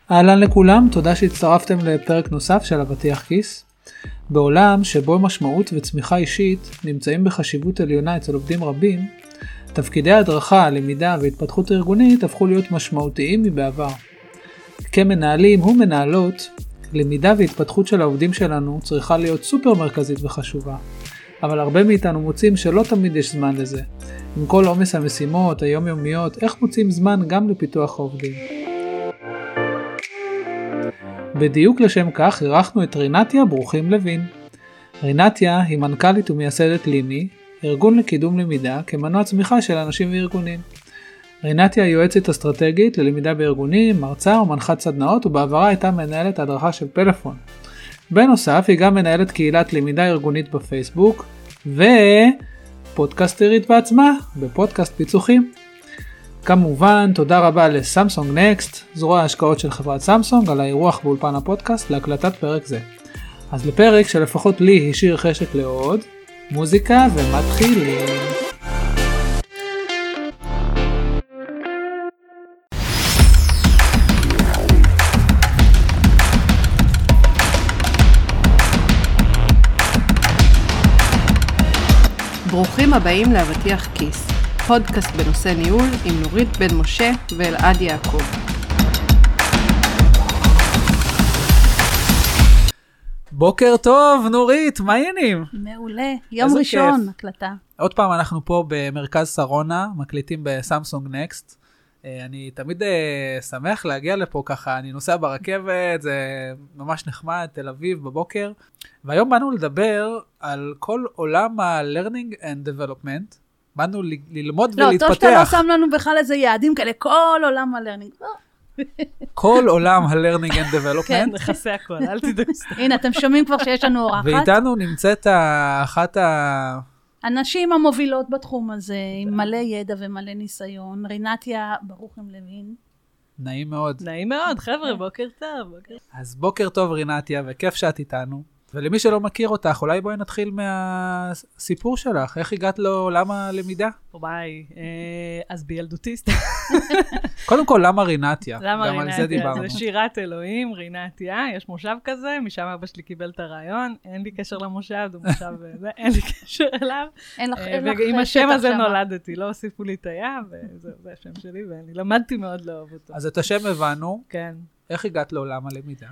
אהלן לכולם, תודה שהצטרפתם לפרק נוסף של אבטיח כיס. בעולם שבו משמעות וצמיחה אישית נמצאים בחשיבות עליונה אצל עובדים רבים, תפקידי הדרכה, למידה והתפתחות ארגונית הפכו להיות משמעותיים מבעבר. כמנהלים ומנהלות, למידה והתפתחות של העובדים שלנו צריכה להיות סופר מרכזית וחשובה. אבל הרבה מאיתנו מוצאים שלא תמיד יש זמן לזה. עם כל עומס המשימות, היומיומיות, איך מוצאים זמן גם לפיתוח העובדים? בדיוק לשם כך אירחנו את רינתיה ברוכים לוין. רינתיה היא מנכ"לית ומייסדת לימי, ארגון לקידום למידה כמנוע צמיחה של אנשים וארגונים. רינתיה היא יועצת אסטרטגית ללמידה בארגונים, מרצה ומנחת סדנאות, ובעברה הייתה מנהלת הדרכה של פלאפון. בנוסף היא גם מנהלת קהילת למידה ארגונית בפייסבוק, ופודקאסטרית בעצמה בפודקאסט פיצוחים. כמובן, תודה רבה לסמסונג נקסט, זרוע ההשקעות של חברת סמסונג, על האירוח באולפן הפודקאסט להקלטת פרק זה. אז לפרק שלפחות לי השאיר חשק לעוד, מוזיקה ומתחילים. ברוכים הבאים לאבטיח כיס, פודקאסט בנושא ניהול עם נורית בן משה ואלעד יעקב. בוקר טוב, נורית, מה העניינים? מעולה, יום ראשון, כיף. הקלטה. עוד פעם אנחנו פה במרכז שרונה, מקליטים בסמסונג נקסט. אני תמיד שמח להגיע לפה ככה, אני נוסע ברכבת, זה ממש נחמד, תל אביב בבוקר. והיום באנו לדבר על כל עולם ה-learning and development. באנו ללמוד ולהתפתח. לא, טוב שאתה לא שם לנו בכלל איזה יעדים כאלה, כל עולם ה-learning. כל עולם ה-learning and development. כן, נכסה הכל, אל תדאגו. הנה, אתם שומעים כבר שיש לנו אורחת. ואיתנו נמצאת אחת הנשים המובילות בתחום הזה, עם מלא ידע ומלא ניסיון. רינתיה ברוכים לוין. נעים מאוד. נעים מאוד, חבר'ה, בוקר טוב. אז בוקר טוב רינתיה, וכיף שאת איתנו. ולמי שלא מכיר אותך, אולי בואי נתחיל מהסיפור שלך. איך הגעת לעולם הלמידה? ביי, אז בילדותיסט. קודם כל, למה רינתיה? למה גם על זה דיברנו. זה שירת אלוהים, רינתיה, יש מושב כזה, משם אבא שלי קיבל את הרעיון, אין לי קשר למושב, זה מושב, אין לי קשר אליו. אין לך ועם השם הזה נולדתי, לא הוסיפו לי את הים, וזה השם שלי, ואני למדתי מאוד לאהוב אותו. אז את השם הבנו. כן. איך הגעת לעולם הלמידה?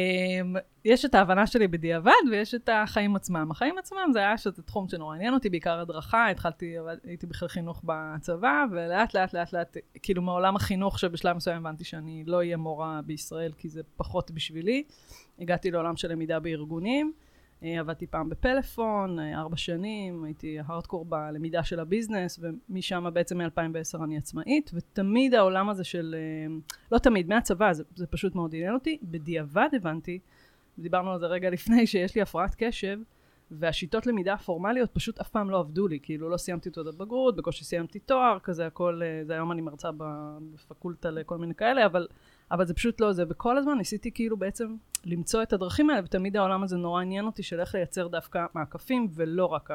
יש את ההבנה שלי בדיעבד, ויש את החיים עצמם. החיים עצמם זה היה שזה תחום שנורא עניין אותי, בעיקר הדרכה, הייתי בכלל חינוך בצבא, ולאט לאט, כאילו מעולם החינוך שבשלב מסוים הבנתי שאני לא אהיה מורה בישראל, כי זה פחות בשבילי. הגעתי לעולם של למידה בארגונים, עבדתי פעם בפלאפון, 4 שנים, הייתי הארדקור בלמידה של הביזנס, ומשם בעצם מ-2010 אני עצמאית, ותמיד העולם הזה של, לא תמיד, מהצבא, זה פשוט מאוד עניין אותי, בדיעבד הבנתי, דיברנו על זה רגע לפני, שיש לי הפרעת קשב, והשיטות למידה הפורמליות פשוט אף פעם לא עבדו לי, כאילו לא סיימתי תעודת בגרות, בקושי סיימתי תואר, כזה הכל, זה היום אני מרצה בפקולטה לכל מיני כאלה, אבל זה פשוט לא זה, וכל הזמן ניסיתי כאילו בעצם למצוא את הדרכים האלה, ותמיד העולם הזה נורא עניין אותי של איך לייצר דווקא מעקפים, ולא רק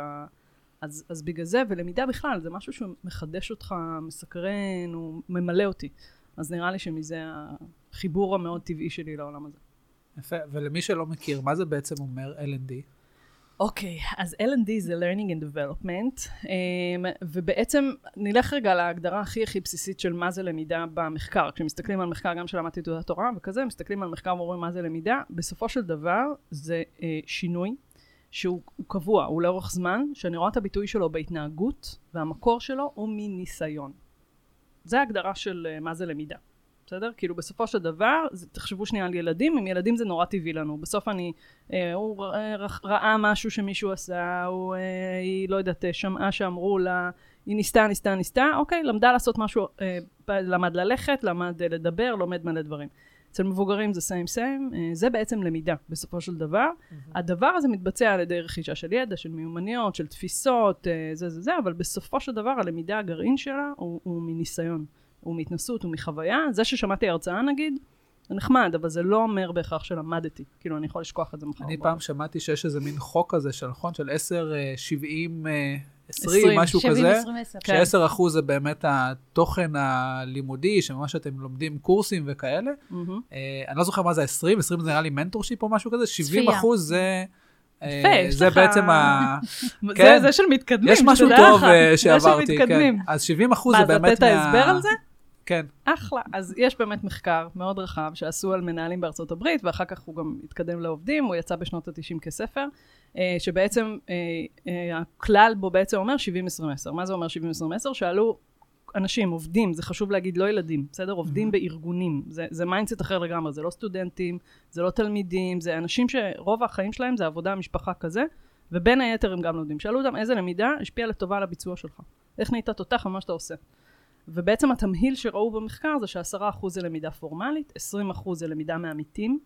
אז בגלל זה, ולמידה בכלל, זה משהו שמחדש אותך, מסקרן, הוא ממלא אותי. אז נראה לי שמזה החיבור המאוד טבעי שלי לעולם הזה. יפה, ולמי שלא מכיר, מה זה בעצם אומר L&D? אוקיי, אז L&D זה Learning and Development, ובעצם נלך רגע להגדרה הכי בסיסית של מה זה למידה במחקר. כשמסתכלים על מחקר, גם שלמדתי תעודת תורה וכזה, מסתכלים על מחקר ואומרים מה זה למידה, בסופו של דבר זה שינוי שהוא קבוע, הוא לאורך זמן, שאני רואה את הביטוי שלו בהתנהגות, והמקור שלו הוא מניסיון. זה ההגדרה של מה זה למידה. בסדר? כאילו בסופו של דבר, תחשבו שנייה על ילדים, עם ילדים זה נורא טבעי לנו. בסוף הוא ראה משהו שמישהו עשה, היא לא יודעת, שמעה שאמרו לה, היא ניסתה, אוקיי, למדה לעשות משהו, למד ללכת, למד לדבר, לומד מלא דברים. אצל מבוגרים זה same, זה בעצם למידה בסופו של דבר. הדבר הזה מתבצע על ידי רכישה של ידע, של מיומנויות, של תפיסות, זה, אבל בסופו של דבר הלמידה הגרעין שלה הוא מניסיון. הוא מהתנסות, הוא מחוויה. זה ששמעתי הרצאה נגיד, זה נחמד, אבל זה לא אומר בהכרח שלמדתי. כאילו, אני יכול לשכוח את זה מחר. אני פעם שמעתי שיש איזה מין חוק כזה, של 10, 70, 20, משהו כזה, 70-20-10. ש10% זה באמת התוכן הלימודי, שממש אתם לומדים קורסים וכאלה. אני לא זוכר מה זה 20 זה נראה לי מנטורשיפ או משהו כזה, 70% זה בעצם זה של מתקדמים. יש משהו טוב שעברתי, כן. אז 70% זה באמת מה, לתת ההסבר על זה? כן. אחלה. אז יש באמת מחקר מאוד רחב שעשו על מנהלים בארצות הברית, ואחר כך הוא גם התקדם לעובדים, הוא יצא בשנות ה-90 כספר, שבעצם הכלל בו בעצם אומר 70-20-10. מה זה אומר 70-20-10? שאלו אנשים, עובדים, זה חשוב להגיד, לא ילדים, בסדר? עובדים בארגונים. זה מיינדסט אחר לגמרי, זה לא סטודנטים, זה לא תלמידים, זה אנשים שרוב החיים שלהם זה עבודה, משפחה כזה, ובין היתר הם גם לומדים. שאלו אותם איזה למידה השפיעה לטובה על הביצוע שלך. איך נהיית תותח ומה שאתה עושה. ובעצם התמהיל שראו במחקר זה ש10% זה למידה פורמלית, 20% זה למידה מעמיתים,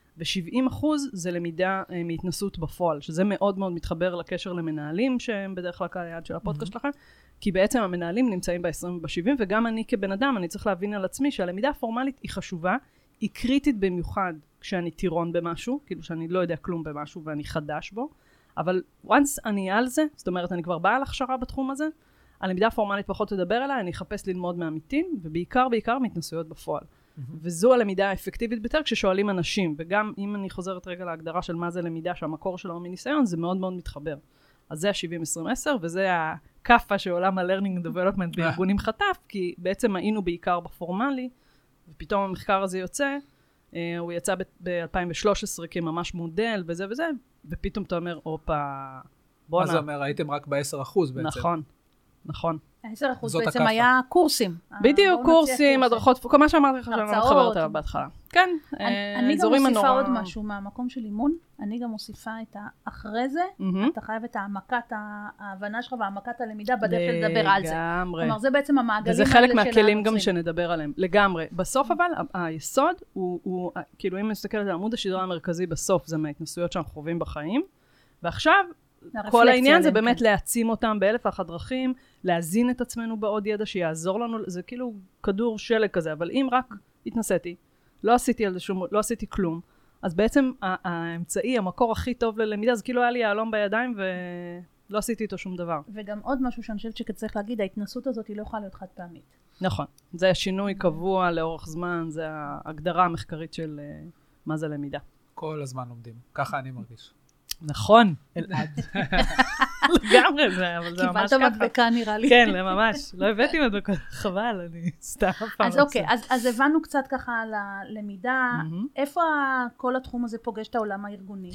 ו70% זה למידה מהתנסות בפועל, שזה מאוד מאוד מתחבר לקשר למנהלים, שהם בדרך כלל היעד של הפודקאסט שלכם, כי בעצם המנהלים נמצאים ב-20 וב-70, וגם אני כבן אדם, אני צריך להבין על עצמי שהלמידה הפורמלית היא חשובה, היא קריטית במיוחד כשאני טירון במשהו, כאילו שאני לא יודע כלום במשהו ואני חדש בו, אבל once אני על זה, זאת אומרת אני כבר באה על הכשרה בתחום הזה, הלמידה הפורמלית פחות תדבר אליי, אני אחפש ללמוד מהעמיתים, ובעיקר מהתנסויות בפועל. וזו הלמידה האפקטיבית ביותר כששואלים אנשים, וגם אם אני חוזרת רגע להגדרה של מה זה למידה, שהמקור שלו מניסיון, זה מאוד מאוד מתחבר. אז זה ה-70-20-10, וזה הקפה שעולם ה-learning development בארגונים חטף, כי בעצם היינו בעיקר בפורמלי, ופתאום המחקר הזה יוצא, הוא יצא ב-2013 כממש מודל וזה וזה, ופתאום אתה אומר, אופה, בוא מה זה אומר? הייתם רק ב-10% בעצם. נכון, נכון. 10% בעצם היה קורסים. בדיוק, קורסים, הדרכות, כל מה שאמרתי לך שאני לא מתחברת עליו בהתחלה. כן, אני גם מוסיפה עוד משהו מהמקום של אימון, אני גם מוסיפה את אחרי זה, אתה חייב את העמקת ההבנה שלך והעמקת הלמידה בדרך לדבר על זה. לגמרי. כלומר, זה בעצם המעגלים וזה חלק מהכלים גם שנדבר עליהם. לגמרי. בסוף אבל, היסוד הוא, כאילו אם נסתכל על עמוד השדרה המרכזי בסוף, זה מההתנסויות שאנחנו חווים בחיים, ועכשיו, כל העניין זה באמת להעצים אותם באלף ואחת דרכים, להזין את עצמנו בעוד ידע שיעזור לנו, זה כאילו כדור שלג כזה, אבל אם רק התנסיתי, לא עשיתי כלום, אז בעצם האמצעי, המקור הכי טוב ללמידה, זה כאילו היה לי יעלום בידיים ולא עשיתי איתו שום דבר. וגם עוד משהו שאני חושבת שצריך להגיד, ההתנסות הזאת היא לא יכולה להיות חד פעמית. נכון, זה שינוי קבוע לאורך זמן, זה ההגדרה המחקרית של מה זה למידה. כל הזמן לומדים, ככה אני מרגיש. נכון, אלעד. לגמרי זה, אבל זה ממש ככה. קיבלת מדבקה נראה לי. כן, ממש. לא הבאתי מדבקה, חבל, אני סתם פעם. אז אוקיי, אז הבנו קצת ככה על הלמידה. איפה כל התחום הזה פוגש את העולם הארגוני?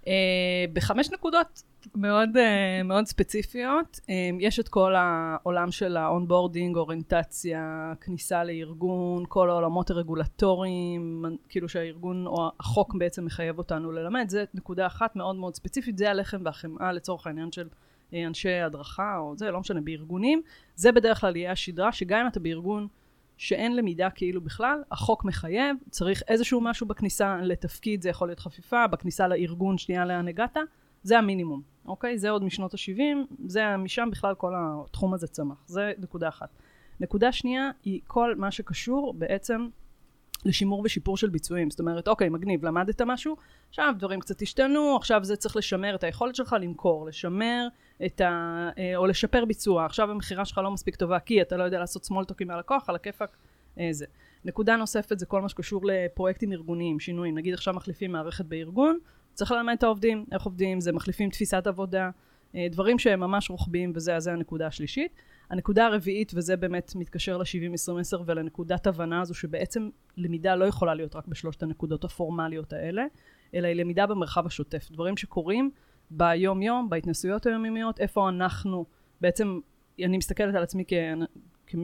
ב5 נקודות מאוד מאוד ספציפיות. יש את כל העולם של האונבורדינג, אוריינטציה, כניסה לארגון, כל העולמות הרגולטוריים, כאילו שהארגון או החוק בעצם מחייב אותנו ללמד. זה נקודה אחת מאוד מאוד ספציפית, זה הלחם והחמאה לצורך העניין של אנשי הדרכה, או זה לא משנה, בארגונים. זה בדרך כלל יהיה השדרה, שגם אם אתה בארגון שאין למידה כאילו בכלל, החוק מחייב, צריך איזשהו משהו בכניסה לתפקיד, זה יכול להיות חפיפה, בכניסה לארגון, שנייה לאן הגעת, זה המינימום, אוקיי? זה עוד משנות ה-70, זה משם בכלל כל התחום הזה צמח, זה נקודה אחת. נקודה שנייה היא כל מה שקשור בעצם לשימור ושיפור של ביצועים, זאת אומרת, אוקיי, מגניב, למדת משהו, עכשיו דברים קצת השתנו, עכשיו זה צריך לשמר את היכולת שלך למכור, לשמר או לשפר ביצוע, עכשיו המחירה שלך לא מספיק טובה, כי אתה לא יודע לעשות סמולטוקים מהלקוח, על הכיפק, זה. נקודה נוספת זה כל מה שקשור לפרויקטים ארגוניים, שינויים, נגיד עכשיו מחליפים מערכת בארגון, צריך ללמד את העובדים, איך עובדים, זה מחליפים תפיסת עבודה, דברים שהם ממש רוחביים, וזה הנקודה השלישית. הנקודה הרביעית, וזה באמת מתקשר ל-70-20-10 ולנקודת הבנה הזו, שבעצם למידה לא יכולה להיות רק בשלושת הנקודות הפורמליות האלה, אלא היא למידה במרחב השוטף. דברים שקורים ביום יום, בהתנסויות היומיומיות, איפה אנחנו, בעצם אני מסתכלת על עצמי כמי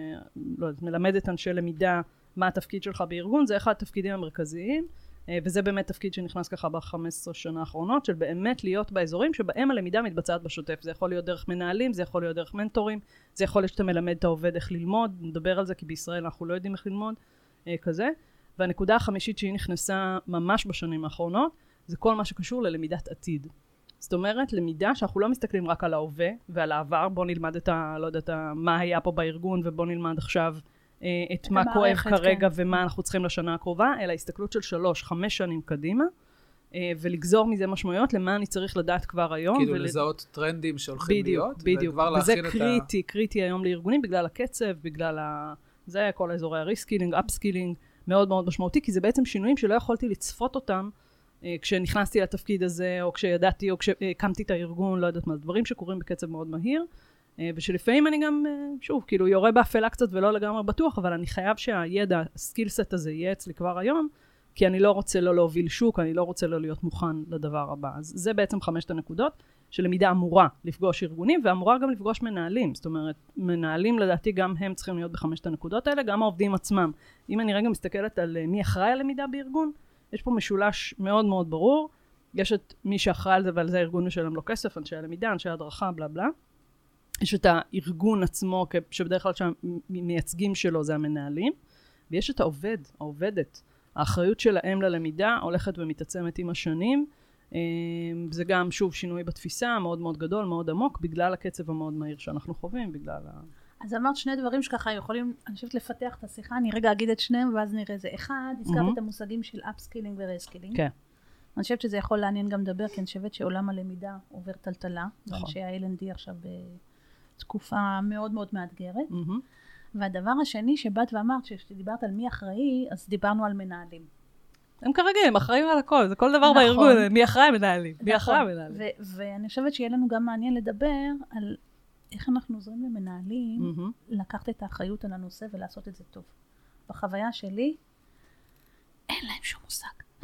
שמלמדת אנשי למידה, מה התפקיד שלך בארגון, זה אחד התפקידים המרכזיים, וזה באמת תפקיד שנכנס ככה ב-15 שנה האחרונות, של באמת להיות באזורים שבהם הלמידה מתבצעת בשוטף. זה יכול להיות דרך מנהלים, זה יכול להיות דרך מנטורים, זה יכול להיות שאתה מלמד את העובד איך ללמוד, נדבר על זה כי בישראל אנחנו לא יודעים איך ללמוד, כזה. והנקודה החמישית שהיא נכנסה ממש בשנים האחרונות, זה כל מה שקשור ללמידת עתיד. זאת אומרת, למידה שאנחנו לא מסתכלים רק על ההווה ועל העבר, בוא נלמד לא יודעת, מה היה פה בארגון ובוא נלמד עכשיו את מה כואב כרגע ומה אנחנו צריכים לשנה הקרובה, אלא הסתכלות של 3-5 שנים קדימה, ולגזור מזה משמעויות למה אני צריך לדעת כבר היום. כאילו לזהות טרנדים שהולכים להיות, וכבר וזה להכין את קריטי, קריטי היום לארגונים, בגלל הקצב, בגלל זה, כל האזורי הריסקילינג, אפסקילינג, מאוד מאוד משמעותי, כי זה בעצם שינויים שלא יכולתי לצפות אותם, כשנכנסתי לתפקיד הזה, או כשידעתי, או כשהקמתי את הארגון, לא יודעת מה, דברים שקורים בקצב מאוד מהיר, ושלפעמים אני גם, שוב, כאילו יורה באפלה קצת ולא לגמרי בטוח, אבל אני חייב שהידע, הסקילסט הזה יהיה אצלי כבר היום, כי אני לא רוצה לא להוביל שוק, אני לא רוצה לא להיות מוכן לדבר הבא. אז זה בעצם 5 הנקודות, שלמידה אמורה לפגוש ארגונים, ואמורה גם לפגוש מנהלים. זאת אומרת, מנהלים לדעתי גם הם צריכים להיות ב5 הנקודות האלה, גם העובדים עצמם. אם אני רגע מסתכלת על מי אחראי על למידה בארגון, יש פה משולש מאוד מאוד ברור. יש את מי שאחראי על זה, ועל זה הארגון משלם לו כסף, אנשי הלמידה, אנשי הדרכה, בלה בלה. יש את הארגון עצמו, שבדרך כלל שהמייצגים שלו זה המנהלים, ויש את העובד, העובדת. האחריות שלהם ללמידה הולכת ומתעצמת עם השנים. זה גם שוב שינוי בתפיסה מאוד מאוד גדול, מאוד עמוק, בגלל הקצב המאוד מהיר שאנחנו חווים, בגלל אז אמרת שני דברים שככה יכולים, אני חושבת לפתח את השיחה, אני רגע אגיד את שניהם ואז נראה זה. אחד, הזכרת את המושגים של אפסקילינג ורסקילינג. כן. אני חושבת שזה יכול לעניין גם לדבר, כי אני חושבת שעולם הלמידה עובר טלטלה, ואנשי ה-L&D עכשיו בתקופה מאוד מאוד מאתגרת. והדבר השני שבאת ואמרת, שדיברת על מי אחראי, אז דיברנו על מנהלים. הם כרגע, הם אחראים על הכל, זה כל דבר בארגון, מי אחראי מנהלים, מי אחראי מנהלים. ואני חושבת שיהיה לנו גם מעניין לדבר על איך אנחנו עוזרים למנהלים לקחת את האחריות על הנושא ולעשות את זה טוב. בחוויה שלי, אין להם שום מושג.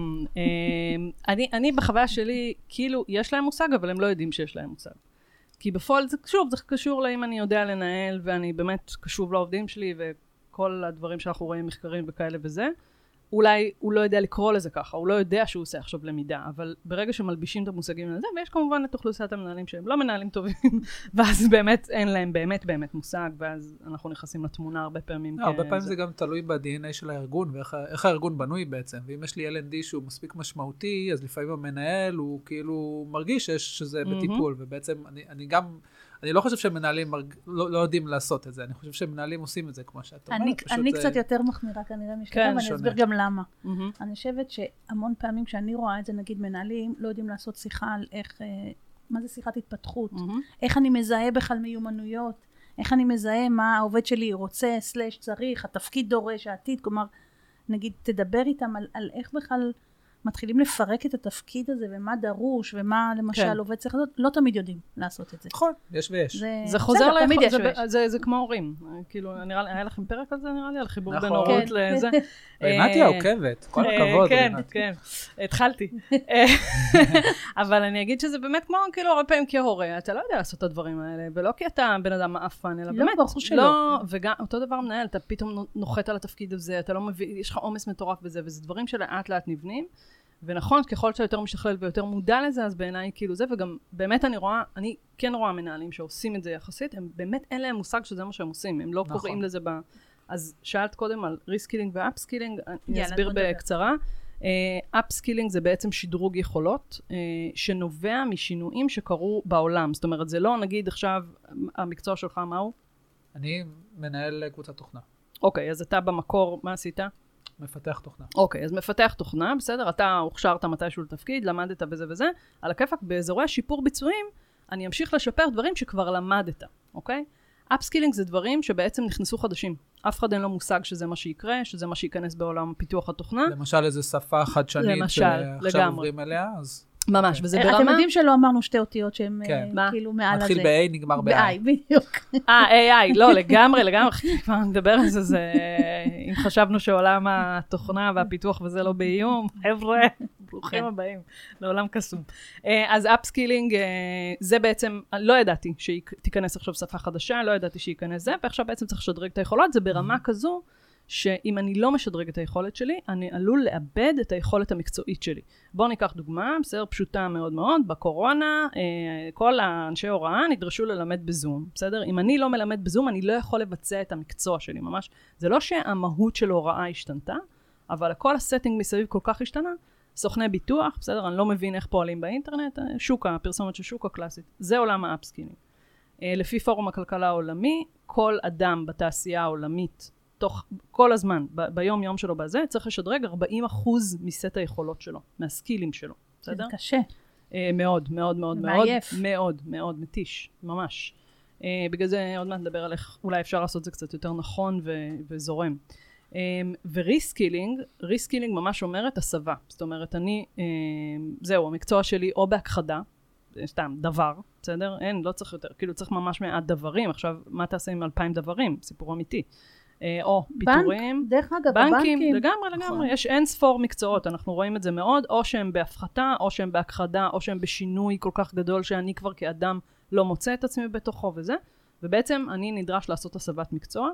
אני בחוויה שלי, כאילו, יש להם מושג, אבל הם לא יודעים שיש להם מושג. כי בפועל זה קשור לאם אני יודע לנהל, ואני באמת קשוב לעובדים שלי, וכל הדברים שאנחנו רואים מחקרים וכאלה וזה. אולי הוא לא יודע לקרוא לזה ככה, הוא לא יודע שהוא עושה עכשיו למידה, אבל ברגע שמלבישים את המושגים לזה, ויש כמובן את אוכלוסיית המנהלים שהם לא מנהלים טובים, ואז באמת אין להם באמת מושג, ואז אנחנו נכנסים לתמונה הרבה פעמים. הרבה פעמים זה גם תלוי ב-DNA של הארגון, ואיך הארגון בנוי בעצם, ואם יש לי L&D שהוא מספיק משמעותי, אז לפעמים המנהל הוא כאילו מרגיש שזה בטיפול, ובעצם אני לא חושב שמנהלים לא יודעים לעשות את זה, אני חושב שמנהלים עושים את זה כמו שאת אומרת. אני קצת יותר מחמירה כנראה משקעה, ואני אסביר גם למה. אני חושבת שהמון פעמים כשאני רואה את זה, נגיד מנהלים לא יודעים לעשות שיחה על איך, מה זה שיחת התפתחות, איך אני מזהה בכלל מיומנויות, איך אני מזהה מה העובד שלי רוצה, צריך, התפקיד דורש, העתיד, כלומר, נגיד תדבר איתם על איך בכלל מתחילים לפרק את התפקיד הזה, ומה דרוש, ומה למשל עובד צריך לעשות, לא תמיד יודעים לעשות את זה. נכון, יש ויש. זה חוזר זה כמו הורים. כאילו, היה לכם פרק על זה, נראה לי, על חיבור בין הורות לזה. רינתי העוקבת, כל הכבוד. כן, התחלתי. אבל אני אגיד שזה באמת כמו, כאילו, הרבה פעמים כהורה, אתה לא יודע לעשות את הדברים האלה, ולא כי אתה בן אדם מאפן, אלא באמת. לא, וגם אותו דבר מנהל, אתה פתאום נוחת על התפקיד הזה, אתה לא מביא, יש לך עומס מטורף בזה, וזה דברים שלאט לאט נבנים. ונכון, ככל שאתה יותר משכלל ויותר מודע לזה, אז בעיניי כאילו זה, וגם באמת אני כן רואה מנהלים שעושים את זה יחסית, הם באמת אין להם מושג שזה מה שהם עושים, הם לא קוראים לזה אז שאלת קודם על ריסקילינג ואפסקילינג, אני אסביר בקצרה. אפסקילינג זה בעצם שדרוג יכולות, שנובע משינויים שקרו בעולם, זאת אומרת, זה לא נגיד עכשיו, המקצוע שלך מהו? אני מנהל קבוצת תוכנה. אוקיי, אז אתה במקור, מה עשית? מפתח תוכנה. אוקיי, אז מפתח תוכנה, בסדר, אתה הוכשרת מתישהו לתפקיד, למדת וזה וזה, על הכיפק באזורי השיפור ביצועים, אני אמשיך לשפר דברים שכבר למדת, אוקיי? אפסקילינג זה דברים שבעצם נכנסו חדשים. אף אחד אין לו מושג שזה מה שיקרה, שזה מה שייכנס בעולם פיתוח התוכנה. למשל איזו שפה חדשנית שעכשיו עוברים אליה, אז... ממש, וזה ברמה... אתם יודעים שלא אמרנו שתי אותיות שהן כאילו מעל הזה. מתחיל ב-A, נגמר ב-I. בדיוק. AI, לא, לגמרי, כבר נדבר על זה, אם חשבנו שעולם התוכנה והפיתוח וזה לא באיום, חבר'ה, ברוכים הבאים, לעולם קסום. אז אפסקילינג, זה בעצם, לא ידעתי שתיכנס עכשיו שפה חדשה, לא ידעתי שייכנס זה, ועכשיו בעצם צריך לשדרג את היכולות, זה ברמה כזו, שאם אני לא משדרג את היכולת שלי, אני עלול לאבד את היכולת המקצועית שלי. בואו ניקח דוגמה, בסדר, פשוטה מאוד מאוד, בקורונה, כל האנשי הוראה נדרשו ללמד בזום, בסדר? אם אני לא מלמד בזום, אני לא יכול לבצע את המקצוע שלי, ממש. זה לא שהמהות של הוראה השתנתה, אבל כל הסטינג מסביב כל כך השתנה, סוכני ביטוח, בסדר? אני לא מבין איך פועלים באינטרנט, שוקה, פרסומת של שוקה קלאסית. זה עולם האפסקילינג. לפי פורום הכלכלה העולמי, כל אדם בתעשייה העולמית כל הזמן, ביום יום שלו בזה, צריך לשדרג 40% מסט היכולות שלו, מהסקילים שלו, בסדר? זה קשה. מאוד, מאוד, מאוד, מעייף. מאוד, מאוד, מתיש, ממש. בגלל זה עוד מעט נדבר על איך אולי אפשר לעשות זה קצת יותר נכון וזורם. וריסקילינג ממש אומרת הסבה. זאת אומרת, זהו, המקצוע שלי או בהכחדה, סתם, דבר, בסדר? לא צריך יותר, כאילו צריך ממש מעט דברים. עכשיו, מה תעשה עם 2,000 דברים? סיפור אמיתי. או פיתורים. דרך אגב, בנקים. לגמרי. יש אין ספור מקצועות, אנחנו רואים את זה מאוד, או שהם בהפחתה, או שהם בהכחדה, או שהם בשינוי כל כך גדול שאני כבר כאדם לא מוצא את עצמי בתוכו וזה. ובעצם אני נדרש לעשות הסבת מקצוע,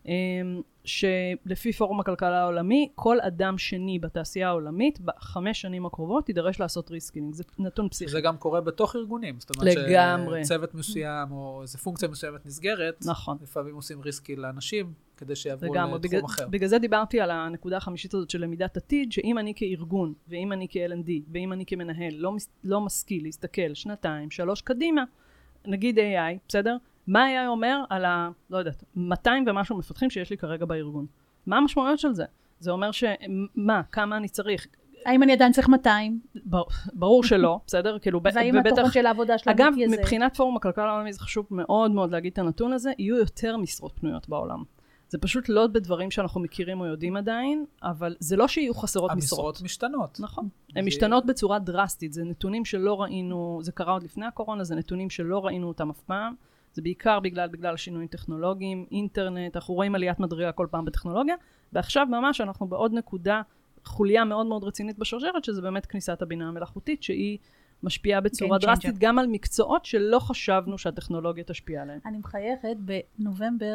שלפי פורום הכלכלה העולמי, כל אדם שני בתעשייה העולמית, ב5 שנים הקרובות, יידרש לעשות ריסקילינג. זה נתון פסיכי. זה גם קורה בתוך ארגונים. זאת אומרת לגמרי. שצוות מסוים, או איזו פונקציה מסוימת נסגרת, נכון. לפעמים עושים ריסקיל לאנשים, כדי שיעברו לגמרי. לתחום אחר. בגלל זה דיברתי על הנקודה החמישית הזאת של למידת עתיד, שאם אני כארגון, ואם אני כ-L&D, ואם אני כמנהל, לא משכיל להסתכל 2-3 קדימה, נגיד AI, בסדר? מה AI אומר על לא יודעת, 200 ומשהו מפתחים שיש לי כרגע בארגון? מה המשמעויות של זה? זה אומר כמה אני צריך? האם אני עדיין צריך 200? ברור שלא, בסדר? כאילו, והאם התוכן של העבודה שלה אגב, מבחינת פורום הכלכלה העולמי, זה חשוב מאוד מאוד להגיד את הנתון הזה, יהיו יותר משרות פנויות בעולם. זה פשוט לא בדברים שאנחנו מכירים או יודעים עדיין, אבל זה לא שיהיו חסרות משרות. המשרות משתנות. נכון. הן משתנות בצורה דרסטית. זה נתונים שלא ראינו, זה קרה עוד לפני הקורונה, זה נתונים שלא ראינו אותם אף פעם. זה בעיקר בגלל שינויים טכנולוגיים, אינטרנט, אנחנו רואים עליית מדרגה כל פעם בטכנולוגיה, ועכשיו ממש אנחנו בעוד נקודה, חוליה מאוד מאוד רצינית בשרשרת, שזה באמת כניסת הבינה המלאכותית, שהיא משפיעה בצורה דרסטית, גם על מקצועות שלא חשבנו שהטכנולוגיה תשפיע עליהן. אני מחייכת, בנובמבר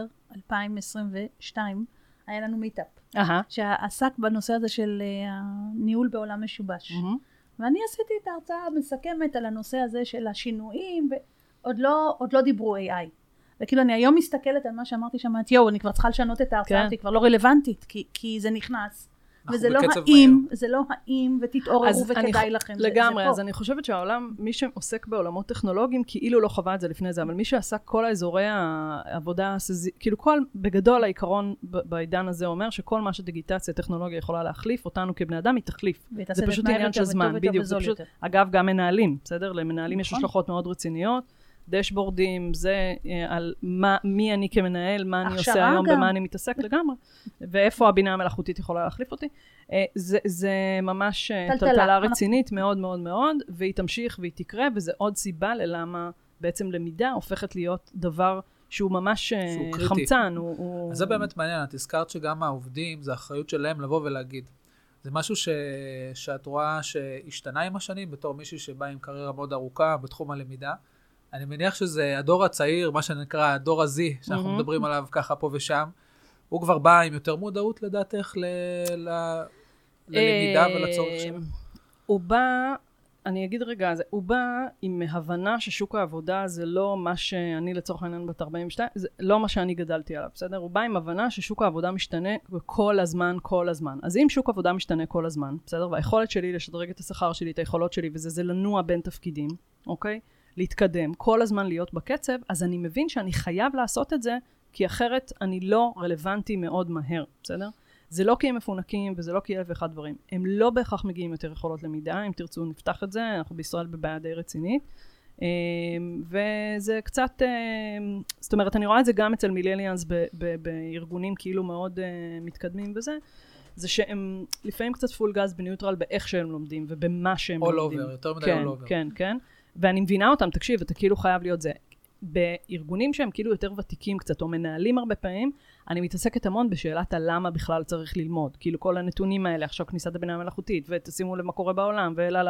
2022, היה לנו מיטאפ, שעסק בנושא הזה של הניהול בעולם משובש. ואני עשיתי את ההרצאה המסכמת על הנושא הזה של השינויים, עוד לא דיברו AI. וכאילו אני היום מסתכלת על מה שאמרתי שם, אני כבר צריכה לשנות את ההרצאה, היא כבר לא רלוונטית, כי זה נכנס. וזה לא האם, ותתעוררו וכדאי לכם. לגמרי, אז אני חושבת שהעולם, מי שעוסק בעולמות טכנולוגיים, כאילו לא חווה את זה לפני זה, אבל מי שעסק כל האזורי העבודה, כאילו בגדול העיקרון בעידן הזה אומר, שכל מה שדיגיטציה, טכנולוגיה יכולה להחליף, אותנו כבני אדם היא תחליף. זה פשוט עניין של זמן, בדיוק. אגב, גם מנהלים, בסדר? למנהלים יש השלכות מאוד רציניות. דשבורדים, זה על מי אני כמנהל, מה אני עושה היום, במה אני מתעסק לגמרי, ואיפה הבינה המלאכותית יכולה להחליף אותי. זה ממש טלטלה רצינית מאוד מאוד מאוד, והיא תמשיך והיא תקרה, וזה עוד סיבה ללמה בעצם למידה הופכת להיות דבר שהוא ממש חמצן. אז זה באמת מעניין, את הזכרת שגם העובדים, זה האחריות שלהם לבוא ולהגיד. זה משהו שאת רואה שהשתנה עם השנים, בתור מישהי שבא עם קריירה מאוד ארוכה בתחום הלמידה, אני מניח שזה הדור הצעיר, מה שנקרא הדור הזי, שאנחנו מדברים עליו ככה פה ושם, הוא כבר בא עם יותר מודעות לדעתך ללמידה ולצורך שלו. הוא בא, אני אגיד רגע, הוא בא עם הבנה ששוק העבודה זה לא מה שאני לצורך העניין בת 42, זה לא מה שאני גדלתי עליו, בסדר? הוא בא עם הבנה ששוק העבודה משתנה כל הזמן. אז אם שוק העבודה משתנה כל הזמן, בסדר? והיכולת שלי לשדרג את השכר שלי, את היכולות שלי, וזה לנוע בין תפקידים, אוקיי? להתקדם, כל הזמן להיות בקצב, אז אני מבין שאני חייב לעשות את זה, כי אחרת אני לא רלוונטי מאוד מהר, בסדר? זה לא כי הם מפונקים, וזה לא כי 1,001 דברים. הם לא בהכרח מגיעים יותר יכולות למידה, אם תרצו נפתח את זה, אנחנו בישראל בבעיה די רצינית, וזה קצת, זאת אומרת, אני רואה את זה גם אצל מילניאלס בארגונים כאילו מאוד מתקדמים בזה, זה שהם לפעמים קצת פול גז בניוטרל באיך שהם לומדים, ובמה שהם לומדים. all over, יותר מדי all over. כן, כן. ואני מבינה אותם, תקשיב, אתה כאילו חייב להיות זה. בארגונים שהם כאילו יותר ותיקים קצת, או מנהלים הרבה פעמים, אני מתעסקת המון בשאלת הלמה בכלל צריך ללמוד. כאילו כל הנתונים האלה, עכשיו כניסת הבינה המלאכותית, ותשימו לב מה קורה בעולם,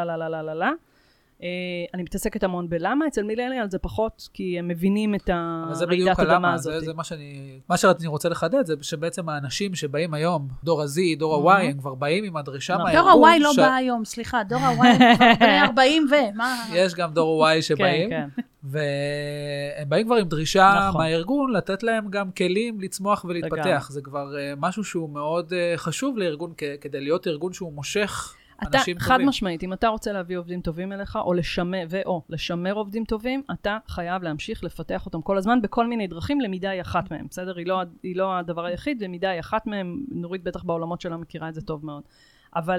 אני מתעסקת המון בלמה, אצל מילניאל זה פחות, כי הם מבינים את הרעידת אדמה הזאת. זה מה שאני רוצה לחדד, זה שבעצם האנשים שבאים היום, דור ה-Z, דור ה-Y, הם כבר באים עם הדרישה מהארגון. דור ה-Y לא בא היום, סליחה, דור ה-Y בני 40 יש גם דור ה-Y שבאים, והם באים כבר עם דרישה מהארגון, לתת להם גם כלים לצמוח ולהתפתח. זה כבר משהו שהוא מאוד חשוב לארגון, כדי להיות ארגון שהוא מושך, אנשים חד טובים. משמעית, אם אתה רוצה להביא עובדים טובים אליך, או לשמר עובדים טובים, אתה חייב להמשיך לפתח אותם כל הזמן, בכל מיני דרכים, למידה היא אחת מהם, בסדר? היא לא הדבר היחיד, למידה היא אחת מהם, נורית בטח בעולמות שלה מכירה את זה טוב מאוד. אבל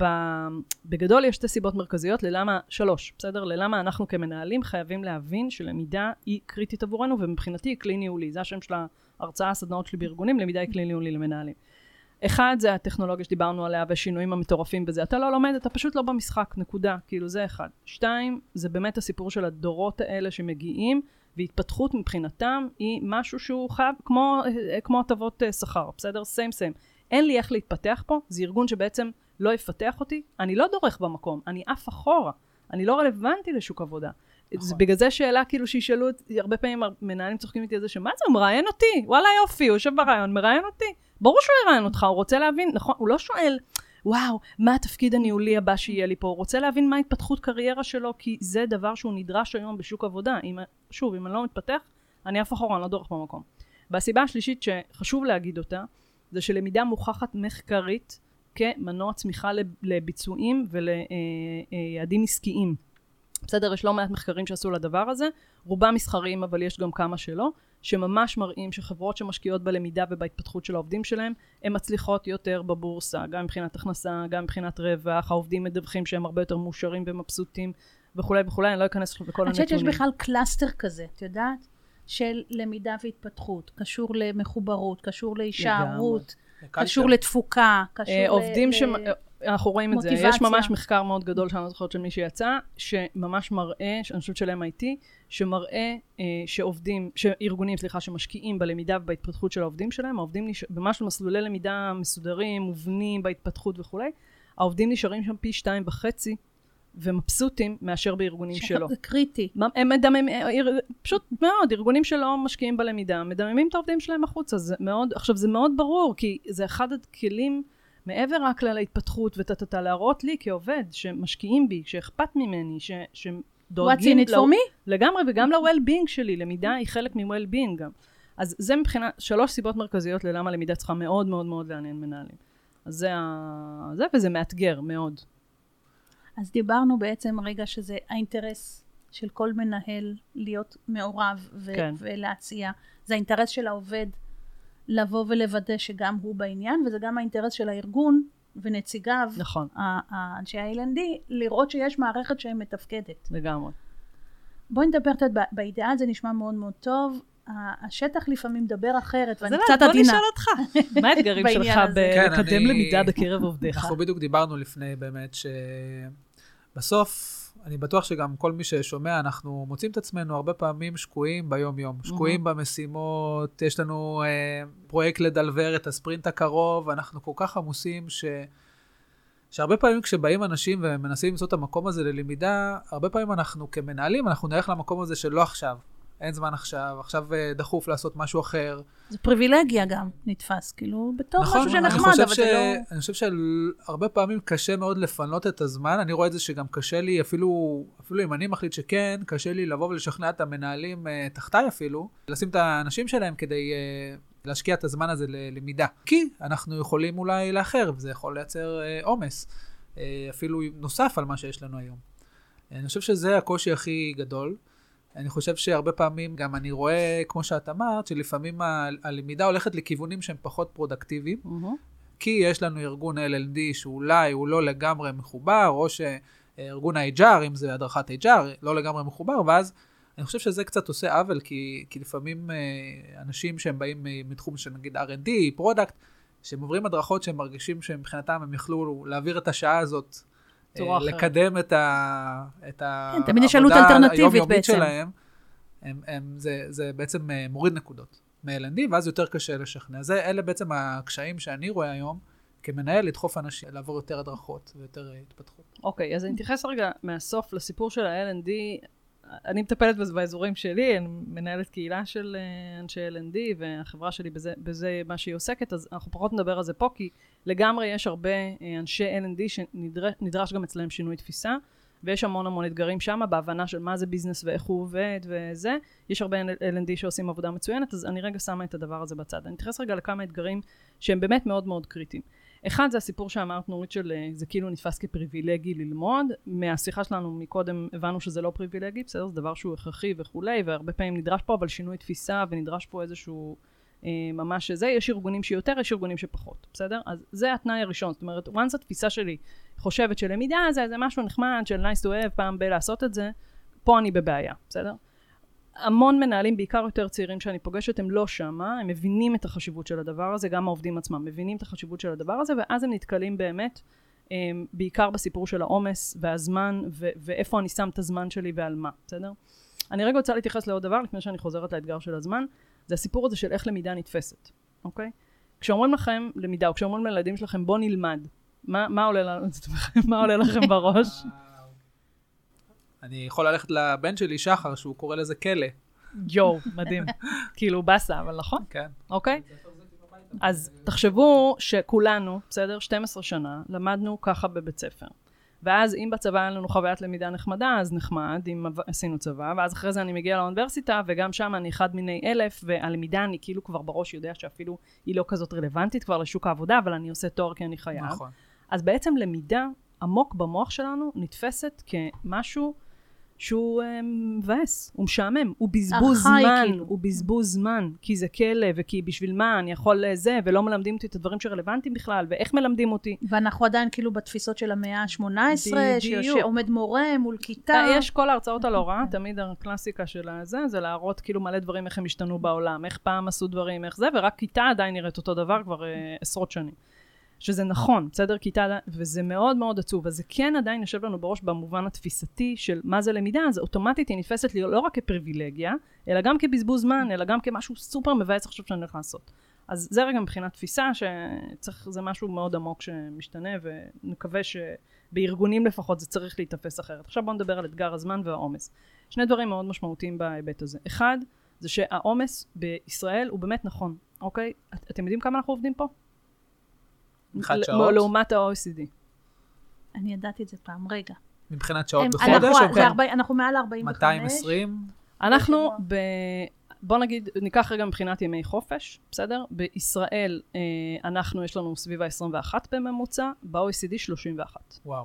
בגדול יש 2 סיבות מרכזיות שלוש, בסדר? ללמה אנחנו כמנהלים חייבים להבין שלמידה היא קריטית עבורנו, ומבחינתי היא כלי ניהולי. זה השם של ההרצאה, הסדנאות שלי בארגונים, למידה היא כלי ניהולי למנהלים. אחד, זה הטכנולוגיה שדיברנו עליה, והשינויים המטורפים בזה. אתה לא לומד, אתה פשוט לא במשחק, נקודה. כאילו זה אחד. 2, זה באמת הסיפור של הדורות האלה שמגיעים, והתפתחות מבחינתם היא משהו שהוא חייב, כמו הטבות שכר, בסדר? same. אין לי איך להתפתח פה, זה ארגון שבעצם לא יפתח אותי, אני לא דורך במקום, אני אף אחורה, אני לא רלוונטי לשוק עבודה. נכון. בגלל זה שאלה כאילו שישאלו, הרבה פעמים מנהלים צוחקים איתי על זה, שמה זה, הוא מראיין אותי, וואלה יופי, הוא יושב ברעיון, מראיין אותי, ברור שהוא יראיין אותך, הוא רוצה להבין, נכון, הוא לא שואל, וואו, מה התפקיד הניהולי הבא שיהיה לי פה, הוא רוצה להבין מה התפתחות קריירה שלו, כי זה דבר שהוא נדרש היום בשוק עבודה, שוב, אם אני לא מתפתח, אני אף אחורה, אני לא דורך במקום. והסיבה השלישית שחשוב להגיד אותה, זה שלמידה מוכחת מחקרית כמנוע צמיחה לביצועים וליעדים עסקיים. בסדר, יש לא מעט מחקרים שעשו לדבר הזה, רובם מסחריים, אבל יש גם כמה שלא, שממש מראים שחברות שמשקיעות בלמידה ובהתפתחות של העובדים שלהם, הן מצליחות יותר בבורסה, גם מבחינת הכנסה, גם מבחינת רווח, העובדים מדווחים שהם הרבה יותר מאושרים ומבסוטים וכו' וכו', אני לא אכנס לכל הנתונים. אני חושבת שיש בכלל קלאסטר כזה, את יודעת? של למידה והתפתחות, קשור למחוברות, קשור להישארות, קשור לתפוקה, קשור עובדים אנחנו רואים את זה, יש ממש מחקר מאוד גדול שאני לא זוכרת של מי שיצא, שממש מראה, אני חושבת של MIT, שמראה שארגונים, שמשקיעים בלמידה ובהתפתחות של העובדים שלהם, העובדים ממש במסלולי למידה מסודרים, מובנים בהתפתחות וכו', העובדים נשארים שם פי 2.5, ומבסוטים מאשר בארגונים שלו. זה קריטי. הם מדממים, פשוט מאוד, ארגונים שלא משקיעים בלמידה, מדממים את העובדים שלהם החוצה, זה מאוד, עכשיו זה מאוד ברור, כי זה אחד הכלים, מעבר רק להתפתחות ותתתה להראות לי כעובד, שמשקיעים בי, שאכפת ממני, שדואגים לגמרי, וגם ל-well-being שלי, למידה היא חלק מ-well-being גם. אז זה מבחינת 3 סיבות מרכזיות ללמה למידה צריכה מאוד מאוד מאוד לעניין מנהלים. אז זה וזה מאתגר מאוד. אז דיברנו בעצם רגע שזה האינטרס של כל מנהל להיות מעורב ולהציע. זה האינטרס של העובד לבוא ולוודא שגם הוא בעניין, וזה גם האינטרס של הארגון ונציגיו, נכון. האנשי ה-L&D, לראות שיש מערכת שהיא מתפקדת. לגמרי. בואי נדבר קצת, באידאל זה נשמע מאוד מאוד טוב, השטח לפעמים מדבר אחרת, ואני קצת עדינה. בוא נשאל אותך, מה האתגרים שלך בקדם למידה בקרב עובדיך? אנחנו בדיוק דיברנו לפני באמת שבסוף, אני בטוח שגם כל מי ששומע, אנחנו מוצאים את עצמנו הרבה פעמים שקועים ביום-יום, שקועים במשימות, יש לנו פרויקט לדלבר את הספרינט הקרוב, אנחנו כל כך עמוסים שהרבה פעמים כשבאים אנשים ומנסים למצוא את המקום הזה ללמידה, הרבה פעמים אנחנו כמנהלים, אנחנו נלך למקום הזה שלא עכשיו. אין זמן עכשיו דחוף לעשות משהו אחר. זה פריבילגיה גם נתפס, כאילו, בתור משהו שנחמד, אבל זה לא... אני חושב שהרבה פעמים קשה מאוד לפנות את הזמן, אני רואה את זה שגם קשה לי, אפילו אם אני מחליט שכן, קשה לי לבוא ולשכנע את המנהלים תחתיי אפילו, לשים את האנשים שלהם כדי להשקיע את הזמן הזה ללמידה. כי אנחנו יכולים אולי לאחר, וזה יכול לייצר עומס, אפילו נוסף על מה שיש לנו היום. אני חושב שזה הקושי הכי גדול. אני חושב שהרבה פעמים גם אני רואה, כמו שאת אמרת, שלפעמים הלמידה הולכת לכיוונים שהם פחות פרודקטיביים, כי יש לנו ארגון LLD שאולי הוא לא לגמרי מחובר, או שארגון ה-HR, אם זה הדרכת HR, לא לגמרי מחובר, ואז אני חושב שזה קצת עושה עוול, כי לפעמים אנשים שהם באים מתחום של נגיד R&D, פרודקט, שהם עוברים הדרכות שהם מרגישים שמבחינתם הם יכלו להעביר את השעה הזאת, לקדם את העבודה היומיומית שלהם, זה בעצם מוריד נקודות מ-L&D, ואז יותר קשה לשכנע. אלה בעצם הקשיים שאני רואה היום, כמנהל לדחוף אנשים לעבור יותר הדרכות ויותר התפתחות. אוקיי, אז אני אתייחס רגע מהסוף לסיפור של ה-L&D, אני מטפלת בזה באזורים שלי, אני מנהלת קהילה של אנשי L&D, והחברה שלי בזה מה שהיא עוסקת, אז אנחנו פחות נדבר על זה פה, כי לגמרי יש הרבה אנשי L&D שנדרש גם אצלם שינוי תפיסה, ויש המון אתגרים שם, בהבנה של מה זה ביזנס ואיך הוא עובד וזה, יש הרבה L&D שעושים עבודה מצוינת, אז אני רגע שמה את הדבר הזה בצד. אני אתייחס רגע לכמה אתגרים שהם באמת מאוד מאוד קריטיים. אחד זה הסיפור שאמרת נורית של זה כאילו נתפס כפריבילגי ללמוד, מהשיחה שלנו מקודם הבנו שזה לא פריבילגי, בסדר? זה דבר שהוא הכרחי וכולי, והרבה פעמים נדרש פה אבל שינוי תפיסה ונדרש פה איזשהו ממש שזה, יש ארגונים שיותר, יש ארגונים שפחות, בסדר? אז זה התנאי הראשון, זאת אומרת, once התפיסה שלי חושבת שלמידה זה משהו נחמד, של nice to have, פעם בלעשות את זה, פה אני בבעיה, בסדר? המון מנהלים, בעיקר יותר צעירים שאני פוגשת, הם לא שמה, הם מבינים את החשיבות של הדבר הזה, גם העובדים עצמם מבינים את החשיבות של הדבר הזה, ואז הם נתקלים באמת, בעיקר בסיפור של העומס והזמן, ואיפה אני שם את הזמן שלי ועל מה, בסדר? אני רגע רוצה להתייחס לעוד דבר, לפני שאני חוזרת לאתגר של הזמן, זה הסיפור הזה של איך למידה נתפסת, אוקיי? כשאומרים לכם למידה, או כשאומרים לילדים שלכם, בוא נלמד, מה עולה לכם בראש? אני יכול ללכת לבן שלי, שחר, שהוא קורא לזה כלא. יו, מדהים. כאילו בסה, אבל נכון? כן. אוקיי? אז תחשבו שכולנו, בסדר, 12 שנה, למדנו ככה בבית ספר. ואז אם בצבא היה לנו חוויית למידה נחמדה, אז נחמד, אם עשינו צבא, ואז אחרי זה אני מגיעה לאוניברסיטה, וגם שם אני אחד מיני 1,000, והלמידה אני כאילו כבר בראש יודע שאפילו היא לא כזאת רלוונטית כבר לשוק העבודה, אבל אני עושה תואר כי אני חייב. נכון. אז בעצם למידה עמוק במוח שלנו נתפסת כמשהו שהוא מבאס, הוא משעמם, הוא בזבוז זמן, כאילו. הוא בזבוז זמן, כי זה כלא, וכי בשביל מה אני יכול זה, ולא מלמדים אותי את הדברים שרלוונטיים בכלל, ואיך מלמדים אותי. ואנחנו עדיין כאילו בתפיסות של המאה ה-18, שעומד מורה מול כיתה. יש כל ההרצאות על הוראה, תמיד הקלאסיקה של זה להראות כאילו מלא דברים איך הם השתנו בעולם, איך פעם עשו דברים, איך זה, ורק כיתה עדיין נראית אותו דבר כבר עשרות שנים. שזה נכון, בסדר, כיתה, וזה מאוד מאוד עצוב, אז זה כן עדיין יושב לנו בראש במובן התפיסתי של מה זה למידה, אז אוטומטית היא נתפסת לי לא רק כפריבילגיה, אלא גם כבזבוז זמן, אלא גם כמשהו סופר מבאס עכשיו שאני הולך לעשות. אז זה רגע מבחינת תפיסה, שצריך, זה משהו מאוד עמוק שמשתנה, ונקווה שבארגונים לפחות זה צריך להתאפס אחרת. עכשיו בואו נדבר על אתגר הזמן והעומס. שני דברים מאוד משמעותיים בהיבט הזה. אחד, זה שהעומס בישראל הוא באמת נכון, אוקיי? אתם יודעים כמה אנחנו עובדים פה? לעומת ה-OECD. אני ידעתי את זה פעם, רגע. מבחינת שעות בחודש? אנחנו מעל 45. 220? אנחנו, בוא נגיד, ניקח רגע מבחינת ימי חופש, בסדר? בישראל יש לנו סביב ה-21 בממוצע, ב-OECD 31. וואו.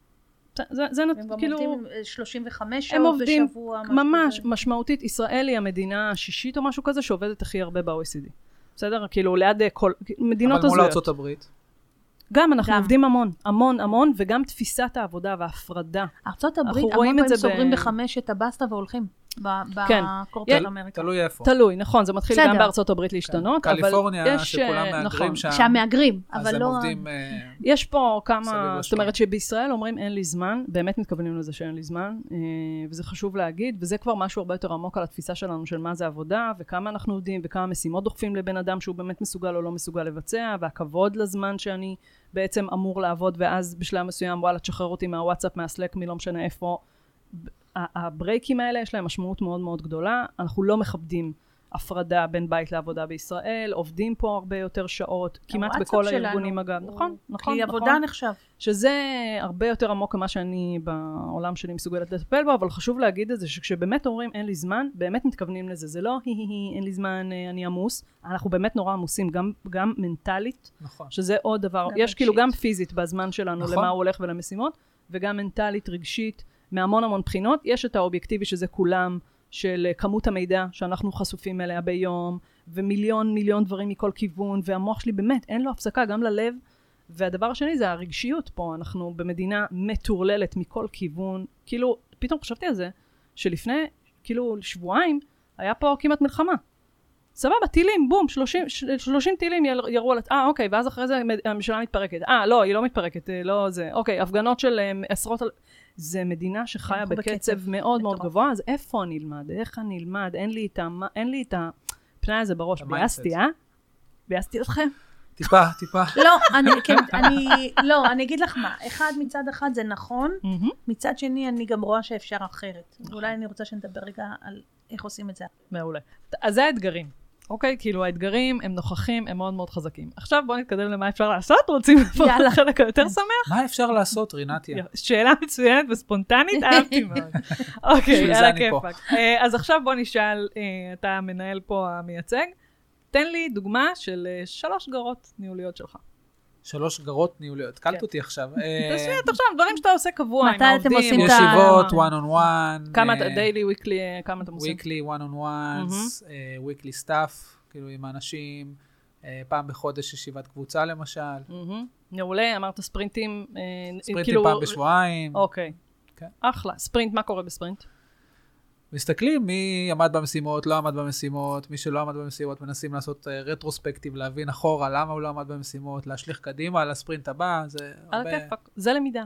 זה כאילו... הם עובדים 35 שעות בשבוע. ממש, משמעותית, ישראל היא המדינה השישית או משהו כזה שעובדת הכי הרבה ב-OECD. בסדר? כאילו ליד כל מדינות הזויות. אבל מול ארצות הברית. גם אנחנו עובדים המון, וגם תפיסת העבודה וההפרדה. ארצות הברית, המון פעמים סוגרים ב5 את הבסטה והולכים בקורפרט אמריקה. תלוי איפה. תלוי, נכון, זה מתחיל גם בארצות הברית להשתנות. קליפורניה, שכולם מהגרים שם. שהמהגרים, אבל לא... אז הם עובדים... יש פה כמה, זאת אומרת שבישראל אומרים אין לי זמן, באמת מתכוונים לזה שאין לי זמן, וזה חשוב להגיד, וזה כבר משהו הרבה יותר עמוק על התפיסה שלנו של מה זה עבודה, וכמה אנחנו עובדים, וכמה משימות דוחפים לבן אדם שהוא באמת מסוגל או לא מסוגל לבצע, והכבוד לזמן שאני בעצם אמור לעבוד, ואז בשלב מסוים, וואלה, תשחרר אותי מהוואטסאפ, מהסלק, מלא משנה איפה. הברייקים האלה יש להם משמעות מאוד מאוד גדולה. אנחנו לא מכבדים הפרדה בין בית לעבודה בישראל, עובדים פה הרבה יותר שעות, כמעט בכל הארגונים אגב. נכון, נכון. כי עבודה נחשב. שזה הרבה יותר עמוק ממה שאני בעולם שלי מסוגלת לטפל בו, אבל חשוב להגיד את זה, שכשבאמת אומרים אין לי זמן, באמת מתכוונים לזה. זה לא אין לי זמן, אני עמוס. אנחנו באמת נורא עמוסים, גם מנטלית, שזה עוד דבר. יש כאילו גם פיזית בזמן שלנו למה הוא הולך ולמשימות, וגם מנטלית, רגשית, מהמון המון בחינות. יש את האובייקטיבי שזה כולם, של כמות המידע שאנחנו חשופים אליה ביום, ומיליון דברים מכל כיוון, והמוח שלי באמת אין לו הפסקה גם ללב. והדבר השני זה הרגשיות פה, אנחנו במדינה מטורללת מכל כיוון. כאילו, פתאום חשבתי על זה, שלפני, כאילו, שבועיים, היה פה כמעט מלחמה. סבבה, טילים, בום, 30 טילים ירו על... אוקיי, ואז אחרי זה הממשלה מתפרקת. לא, היא לא מתפרקת, לא זה. אוקיי, הפגנות של עשרות... זה מדינה שחיה בקצב מאוד מאוד גבוה, אז איפה אני אלמד? איך אני אלמד? אין לי את הפנאי הזה בראש. ביאסתי, ביאסתי אתכם? טיפה. לא, אני אגיד לך מה. מצד אחד זה נכון, מצד שני אני גם רואה שאפשר אחרת. אולי אני רוצה שנדבר רגע על איך עושים את זה. מעולה. אז זה האתגרים. אוקיי, כאילו האתגרים הם נוכחים, הם מאוד מאוד חזקים. עכשיו בואו נתקדם למה אפשר לעשות, רוצים לפחות לחלק היותר שמח? מה אפשר לעשות, רינתיה? שאלה מצוינת וספונטנית, אהבתי מאוד. אוקיי, על הכיפק. אז עכשיו בואו נשאל, אתה המנהל פה המייצג, תן לי דוגמה של 3 גרות ניהוליות שלך. 3 שגרות ניהוליות. קלט אותי עכשיו. תחשוב, דברים שאתה עושה קבוע עם העובדים. ישיבות, one on one. כמה אתה, דיילי, weekly, כמה אתה עושה? weekly, one on ones, weekly staff, כאילו עם האנשים, פעם בחודש ישיבת קבוצה למשל. מעולה, אמרת ספרינטים. ספרינטים פעם בשבועיים. אוקיי. אחלה. ספרינט, מה קורה בספרינט? מסתכלים מי עמד במשימות, לא עמד במשימות, מי שלא עמד במשימות, מנסים לעשות רטרוספקטיב, להבין אחורה למה הוא לא עמד במשימות, להשליך קדימה על הספרינט הבא, זה הרבה... זה למידה.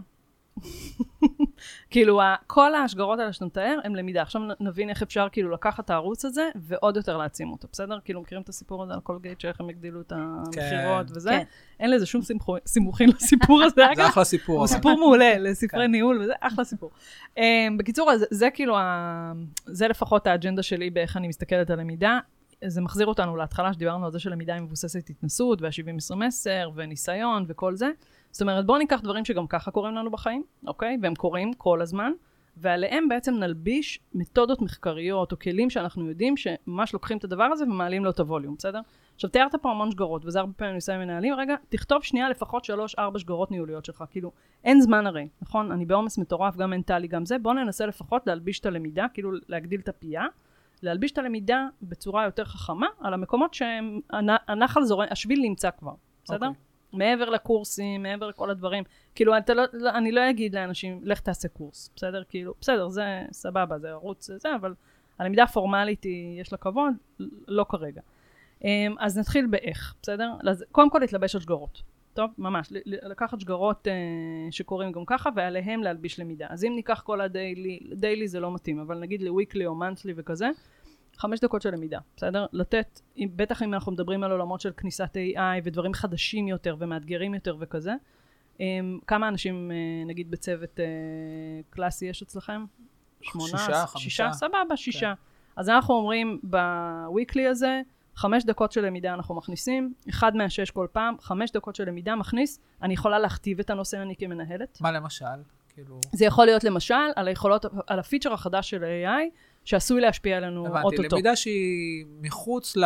כאילו, כל ההשגרות האלה שאתה מתאר, הם למידה. עכשיו נבין איך אפשר כאילו לקחת את הערוץ הזה, ועוד יותר להעצים אותו, בסדר? כאילו, מכירים את הסיפור הזה על קולגייט, שאיך הם הגדילו את המחירות וזה? אין לזה שום סימוכין לסיפור הזה. זה אחלה סיפור. הוא סיפור מעולה, לספרי ניהול, וזה אחלה סיפור. בקיצור, זה כאילו, זה לפחות האג'נדה שלי באיך אני מסתכלת על למידה. זה מחזיר אותנו להתחלה שדיברנו על זה של למידה מבוססת התנסות, וה-70-20-10, וניסיון וכל זה. זאת אומרת, בואו ניקח דברים שגם ככה קורים לנו בחיים, אוקיי? והם קורים כל הזמן, ועליהם בעצם נלביש מתודות מחקריות, או כלים שאנחנו יודעים שממש לוקחים את הדבר הזה ומעלים לו את הווליום, בסדר? עכשיו, תיארת פה המון שגרות, וזה הרבה פעמים ניסה מנהלים, רגע, תכתוב שנייה לפחות 3-4 שגרות ניהוליות שלך, כאילו, אין זמן הרי, נכון? אני בעומס מטורף, גם מנטלי, גם זה, בואו ננסה לפחות להלביש את הלמידה, כאילו להגדיל את הפייה, להלביש את הלמידה בצורה יותר חכמה, על המקומות שהנחל זורם, השביל נמצא כבר, בסדר? מעבר לקורסים, מעבר לכל הדברים. כאילו, אני לא אגיד לאנשים, לך תעשה קורס, בסדר? כאילו, בסדר, זה סבבה, זה ערוץ, זה, אבל הלמידה הפורמלית יש לה כבוד, לא כרגע. אז נתחיל באיך, בסדר? קודם כל להתלבש על שגרות. טוב, ממש, לקחת שגרות שקורים גם ככה, ועליהם להלביש למידה. אז אם ניקח כל הדיילי זה לא מתאים, אבל נגיד לוויקלי או מנטלי וכזה, 5 דקות של למידה, בסדר? לתת, בטח אם אנחנו מדברים על עולמות של כניסת AI ודברים חדשים יותר ומאתגרים יותר וכזה, כמה אנשים, נגיד בצוות קלאסי יש אצלכם? 6, 5. סבבה, 6. אז אנחנו אומרים בוויקלי הזה, 5 דקות של למידה אנחנו מכניסים, 1 מה-6 כל פעם, 5 דקות של למידה מכניס, אני יכולה להכתיב את הנושא אני כמנהלת. מה למשל? זה יכול להיות למשל על היכולות, על הפיצ'ר החדש של AI, שעשוי להשפיע עלינו אוטוטו. הבנתי, למידה שהיא מחוץ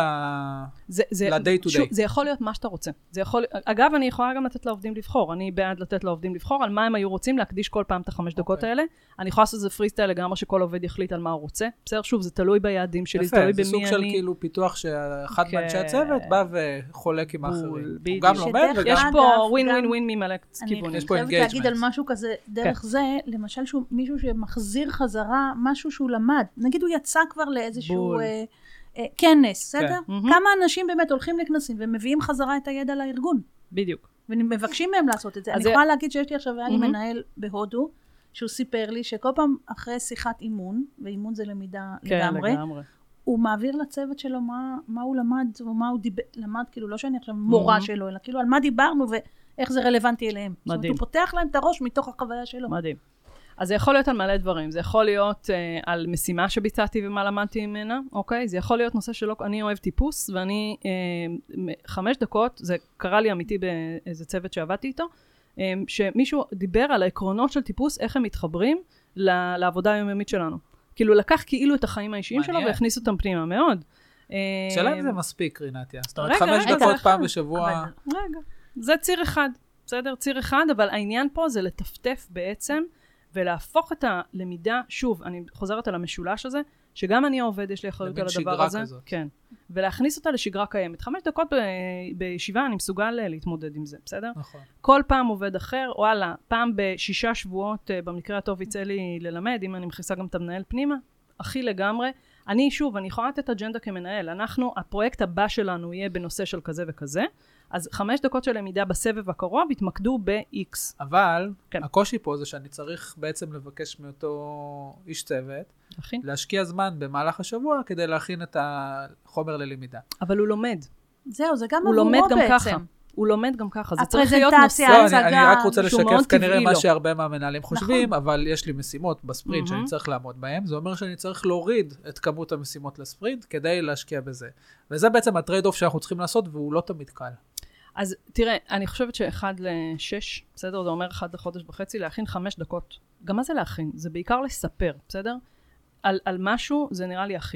ל-day to day. זה יכול להיות מה שאתה רוצה. אגב, אני יכולה גם לתת לעובדים לבחור. אני בעד לתת לעובדים לבחור על מה הם היו רוצים להקדיש כל פעם את 5 דקות האלה. אני יכולה לעשות את זה פריסטייל לגמרי שכל עובד יחליט על מה הוא רוצה. בסדר, שוב, זה תלוי ביעדים שלי, זה תלוי במי אני. זה סוג של כאילו פיתוח שאחד מאנשי הצוות בא וחולק עם האחרים. הוא גם לומד וגם... יש פה ווין ווין ווין ממלא כיוונים. אני חייבת להגיד על משהו כזה, דרך זה, למשל מישהו שמחזיר חזרה משהו שהוא למד. נגיד הוא יצא כבר לאיזשהו כנס, בסדר? כמה אנשים באמת הולכים לכנסים ומביאים חזרה את הידע לארגון. בדיוק. ומבקשים מהם לעשות את זה. אני יכולה להגיד שיש לי עכשיו, היה לי מנהל בהודו, שהוא סיפר לי שכל פעם אחרי שיחת אימון, ואימון זה למידה לגמרי, הוא מעביר לצוות שלו מה הוא למד, או מה הוא למד, כאילו לא שאני עכשיו מורה שלו, אלא כאילו על מה דיברנו ואיך זה רלוונטי אליהם. מדהים. זאת אומרת, הוא פותח להם את הראש מתוך החוויה שלו. מדהים. אז זה יכול להיות על מלא דברים, זה יכול להיות על משימה שביצעתי ומה למדתי ממנה, אוקיי? זה יכול להיות נושא שלא, אני אוהב טיפוס, ואני 5 דקות, זה קרה לי אמיתי באיזה צוות שעבדתי איתו, שמישהו דיבר על העקרונות של טיפוס, איך הם מתחברים לעבודה היומיומית שלנו. כאילו לקח כאילו את החיים האישיים שלו, והכניס אותם פנימה מאוד. שאלה אם זה מספיק, רינתיה. זאת אומרת, 5 דקות פעם בשבוע. רגע, זה ציר אחד, בסדר? ציר אחד, אבל העניין פה זה לטפטף בעצם, ולהפוך את הלמידה, שוב, אני חוזרת על המשולש הזה, שגם אני העובד, יש לי אחריות על הדבר הזה. כזאת. כן. ולהכניס אותה לשגרה קיימת. 5 דקות בישיבה, אני מסוגל להתמודד עם זה, בסדר? נכון. כל פעם עובד אחר, וואלה, פעם ב6 שבועות, במקרה הטוב יצא לי ללמד, אם אני מכניסה גם את המנהל פנימה, הכי לגמרי. אני יכולה לתת אג'נדה כמנהל. הפרויקט הבא שלנו יהיה בנושא של כזה וכזה, אז 5 דקות של למידה בסבב הקרוב התמקדו ב-X. אבל הקושי פה זה שאני צריך בעצם לבקש מאותו איש צוות, להשקיע זמן במהלך השבוע כדי להכין את החומר ללמידה. אבל הוא לומד. זהו, זה גם עבורו בעצם. הוא לומד גם ככה, זה צריך להיות נושא. אני רק רוצה לשקף כנראה מה שהרבה מהמנהלים חושבים, אבל יש לי משימות בספרינט שאני צריך לעמוד בהם, זה אומר שאני צריך להוריד את כמות המשימות לספרינט כדי להשקיע בזה. וזה בעצם הטרייד אוף שאנחנו צריכים לעשות, והוא לא תמיד קל. אז תראה, אני חושבת ש1 ל-6, בסדר? זה אומר 1 לחודש וחצי, להכין 5 דקות. גם מה זה להכין? זה בעיקר לספר, בסדר? על משהו זה נראה לי אכיל,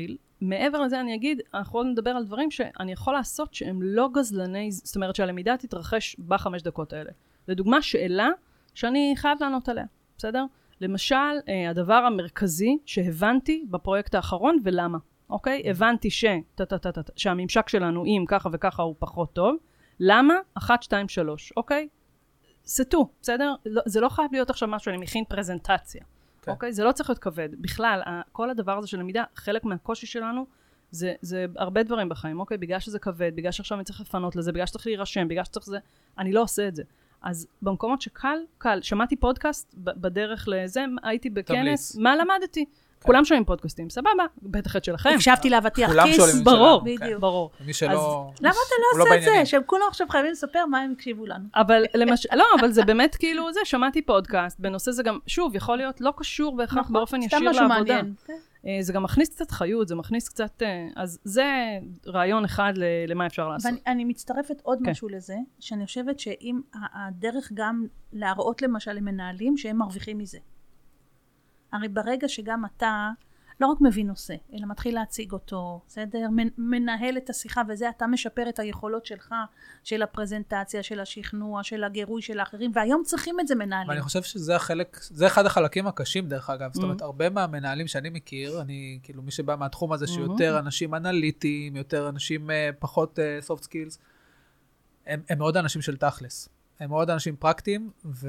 מעבר לזה אני אגיד, אנחנו עוד נדבר על דברים שאני יכול לעשות שהם לא גזלני, זאת אומרת שהלמידה תתרחש ב5 דקות האלה. לדוגמה, שאלה שאני חייב לענות עליה, בסדר? למשל, הדבר המרכזי שהבנתי בפרויקט האחרון ולמה, אוקיי? הבנתי שהממשק שלנו עם ככה וככה הוא פחות טוב. למה? 1, 2, 3, אוקיי? סתו, בסדר? זה לא חייב להיות עכשיו משהו, אני מכין פרזנטציה. אוקיי? זה לא צריך להיות כבד. בכלל, כל הדבר הזה של למידה, חלק מהקושי שלנו, זה הרבה דברים בחיים, אוקיי? בגלל שזה כבד, בגלל שעכשיו אני צריך לפנות לזה, בגלל שצריך להירשם, בגלל שצריך זה, אני לא עושה את זה. אז במקומות שקל, שמעתי פודקאסט בדרך לזה, הייתי בכנס, מה למדתי? כולם שומעים פודקאסטים, סבבה, בטח את שלכם. הקשבתי לאבטיח כיס. ברור, ברור. מי שלא... למה אתה לא עושה את זה? שהם כולם עכשיו חייבים לספר מה הם הקשיבו לנו. אבל לא, אבל זה באמת כאילו זה, שמעתי פודקאסט, בנושא זה גם, שוב, יכול להיות לא קשור בהכרח באופן ישיר לעבודה. זה גם מכניס קצת חיות, זה מכניס קצת, אז זה רעיון אחד למה אפשר לעשות. ואני מצטרפת עוד משהו לזה, שאני חושבת שאם הדרך גם להראות למשל למנהלים שהם מרוויחים מזה. הרי ברגע שגם אתה לא רק מבין נושא, אלא מתחיל להציג אותו, בסדר? מנהל את השיחה, וזה אתה משפר את היכולות שלך, של הפרזנטציה, של השכנוע, של הגירוי של האחרים, והיום צריכים את זה מנהלים. ואני חושב שזה החלק, זה אחד החלקים הקשים דרך אגב, זאת אומרת, הרבה מהמנהלים שאני מכיר, אני כאילו מי שבא מהתחום הזה, שיותר אנשים אנליטיים, יותר אנשים פחות soft skills, הם מאוד אנשים של תכלס. הם מאוד אנשים פרקטיים,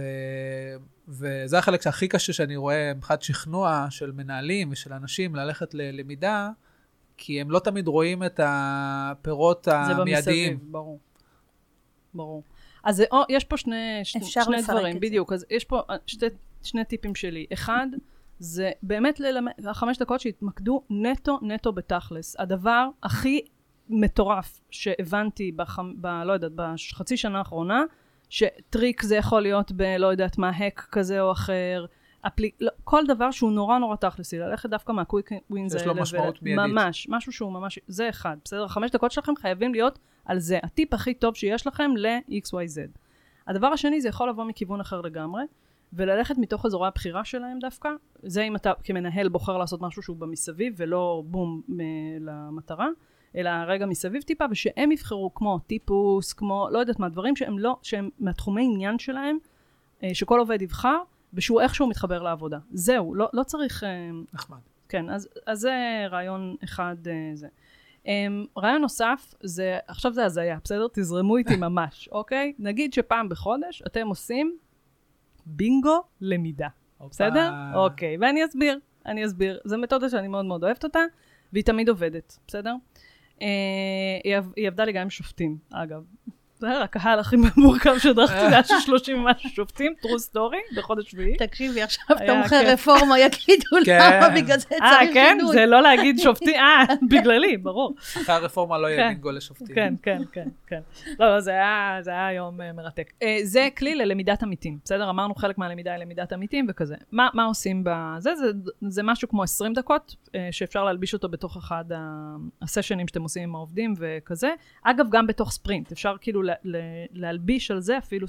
וזה החלק שהכי קשה שאני רואה מבחינת שכנוע של מנהלים ושל אנשים ללכת ללמידה, כי הם לא תמיד רואים את הפירות המיידיים. זה במסביב, ברור. אז יש פה שני דברים, בדיוק. אז יש פה שני טיפים שלי. אחד, זה באמת 5 דקות שהתמקדו נטו בתכלס. הדבר הכי מטורף שהבנתי לא יודעת, בחצי שנה האחרונה, שטריק זה יכול להיות לא יודעת מה, האק כזה או אחר, כל דבר שהוא נורא תכלסי, ללכת דווקא מהקוויק ווינס האלה. יש לו משמעות מיידית. ממש, משהו שהוא ממש, זה אחד, בסדר? 5 דקות שלכם חייבים להיות על זה, הטיפ הכי טוב שיש לכם ל-XYZ. הדבר השני זה יכול לבוא מכיוון אחר לגמרי, וללכת מתוך אזורי הבחירה שלהם דווקא, זה אם אתה כמנהל בוחר לעשות משהו שהוא במסביב, ולא בום למטרה, אלא רגע מסביב טיפה, ושהם יבחרו כמו טיפוס, כמו לא יודעת מה, דברים שהם מהתחומי עניין שלהם, שכל עובד יבחר, ושהוא איכשהו מתחבר לעבודה. זהו, לא צריך... נחמד. כן, אז זה רעיון אחד זה. רעיון נוסף, עכשיו זה הזיה, בסדר? תזרמו איתי ממש, אוקיי? נגיד שפעם בחודש אתם עושים בינגו למידה, בסדר? אוקיי, ואני אסביר. זו מתודה שאני מאוד מאוד אוהבת אותה, והיא תמיד עובדת, בסדר? היא עבדה לי גם עם שופטים, אגב. זה היה הקהל הכי מורכב שדרכתי, זה היה 30 ומשהו שופטים, true story, בחודש שביעי. תקשיבי, עכשיו תומכי רפורמה יגידו למה, בגלל זה צריך שינוי. כן, זה לא להגיד שופטים, בגללי, ברור. אחרי הרפורמה לא יהיה בינגו לשופטים. כן. לא, זה היה יום מרתק. זה כלי ללמידת עמיתים, בסדר? אמרנו חלק מהלמידה היא למידת עמיתים וכזה. מה עושים בזה? זה משהו כמו 20 דקות, שאפשר להלביש אותו בתוך אחד הסשנים שאתם עושים עם העובדים וכזה. אגב, גם בתוך ספרינט, אפשר כאילו להלביש על זה אפילו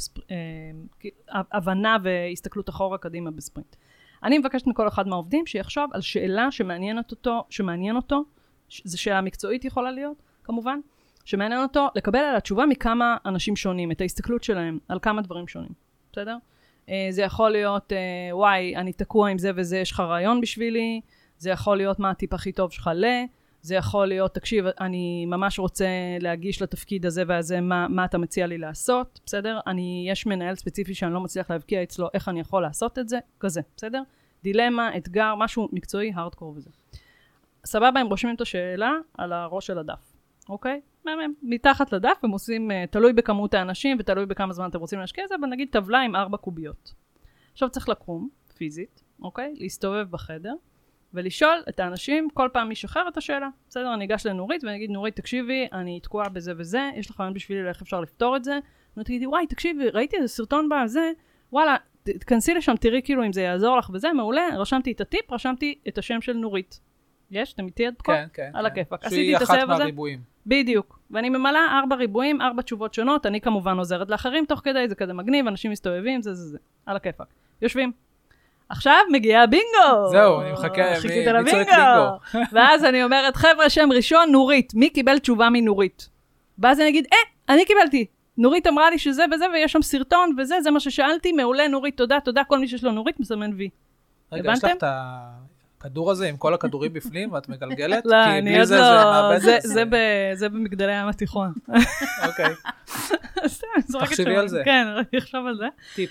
הבנה והסתכלות אחורה קדימה בספרינט. אני מבקשת מכל אחד מהעובדים שיחשוב על שאלה שמעניין אותו, זו שאלה מקצועית יכולה להיות, כמובן, שמעניין אותו לקבל על התשובה מכמה אנשים שונים, את ההסתכלות שלהם על כמה דברים שונים, בסדר? זה יכול להיות, וואי, אני תקוע עם זה וזה, יש לך רעיון בשבילי, זה יכול להיות מה הטיפ הכי טוב שלך זה יכול להיות, תקשיב, אני ממש רוצה להגיש לתפקיד הזה והזה, מה אתה מציע לי לעשות, בסדר? יש מנהל ספציפי שאני לא מצליח להבקיע אצלו, איך אני יכול לעשות את זה, כזה, בסדר? דילמה, אתגר, משהו מקצועי, הארדקור וזה. סבבה, הם רושמים את השאלה על הראש של הדף, אוקיי? מתחת לדף, הם עושים, תלוי בכמות האנשים, ותלוי בכמה זמן אתם רוצים להשקיע את זה, אבל נגיד טבלה עם 4 קוביות. עכשיו צריך לקום, פיזית, אוקיי? להסתובב בחדר, ולשאול את האנשים, כל פעם מי שחרר את השאלה. בסדר, אני אגש לנורית ואני אגיד, נורית, תקשיבי, אני תקועה בזה וזה, יש לך רעיון בשבילי איך אפשר לפתור את זה. נורית תגידי, וואי, תקשיבי, ראיתי איזה סרטון בזה, וואלה, תכנסי לשם, תראי כאילו אם זה יעזור לך וזה, מעולה, רשמתי את הטיפ, רשמתי את השם של נורית. יש? אתם איתי עד פה? כן. על הכיפק. שהיא אחת מהריבועים. בדיוק. ואני ממלאה 4 ריבועים, 4 תשובות שונות, אני כמובן עוזרת לאחרים תוך כדי, זה כזה מגניב, אנשים מסתובבים, זה. על הכיפק. יושבים. עכשיו מגיע בינגו. זהו, אני מחכה, חיכית לבינגו. ואז אני אומרת, חבר'ה, שם ראשון, נורית. מי קיבל תשובה מנורית? ואז אני אגיד, אני קיבלתי. נורית אמרה לי שזה וזה, ויש שם סרטון וזה, זה מה ששאלתי. מעולה, נורית, תודה, תודה. כל מי שיש לו נורית מסמן וי. רגע, יש לך את הכדור הזה עם כל הכדורים בפנים, ואת מגלגלת? לא, אני עוד לא. זה במגדלי ים התיכון. אוקיי. תחשבי על זה. כן, אני אחשוב על זה. טיפ.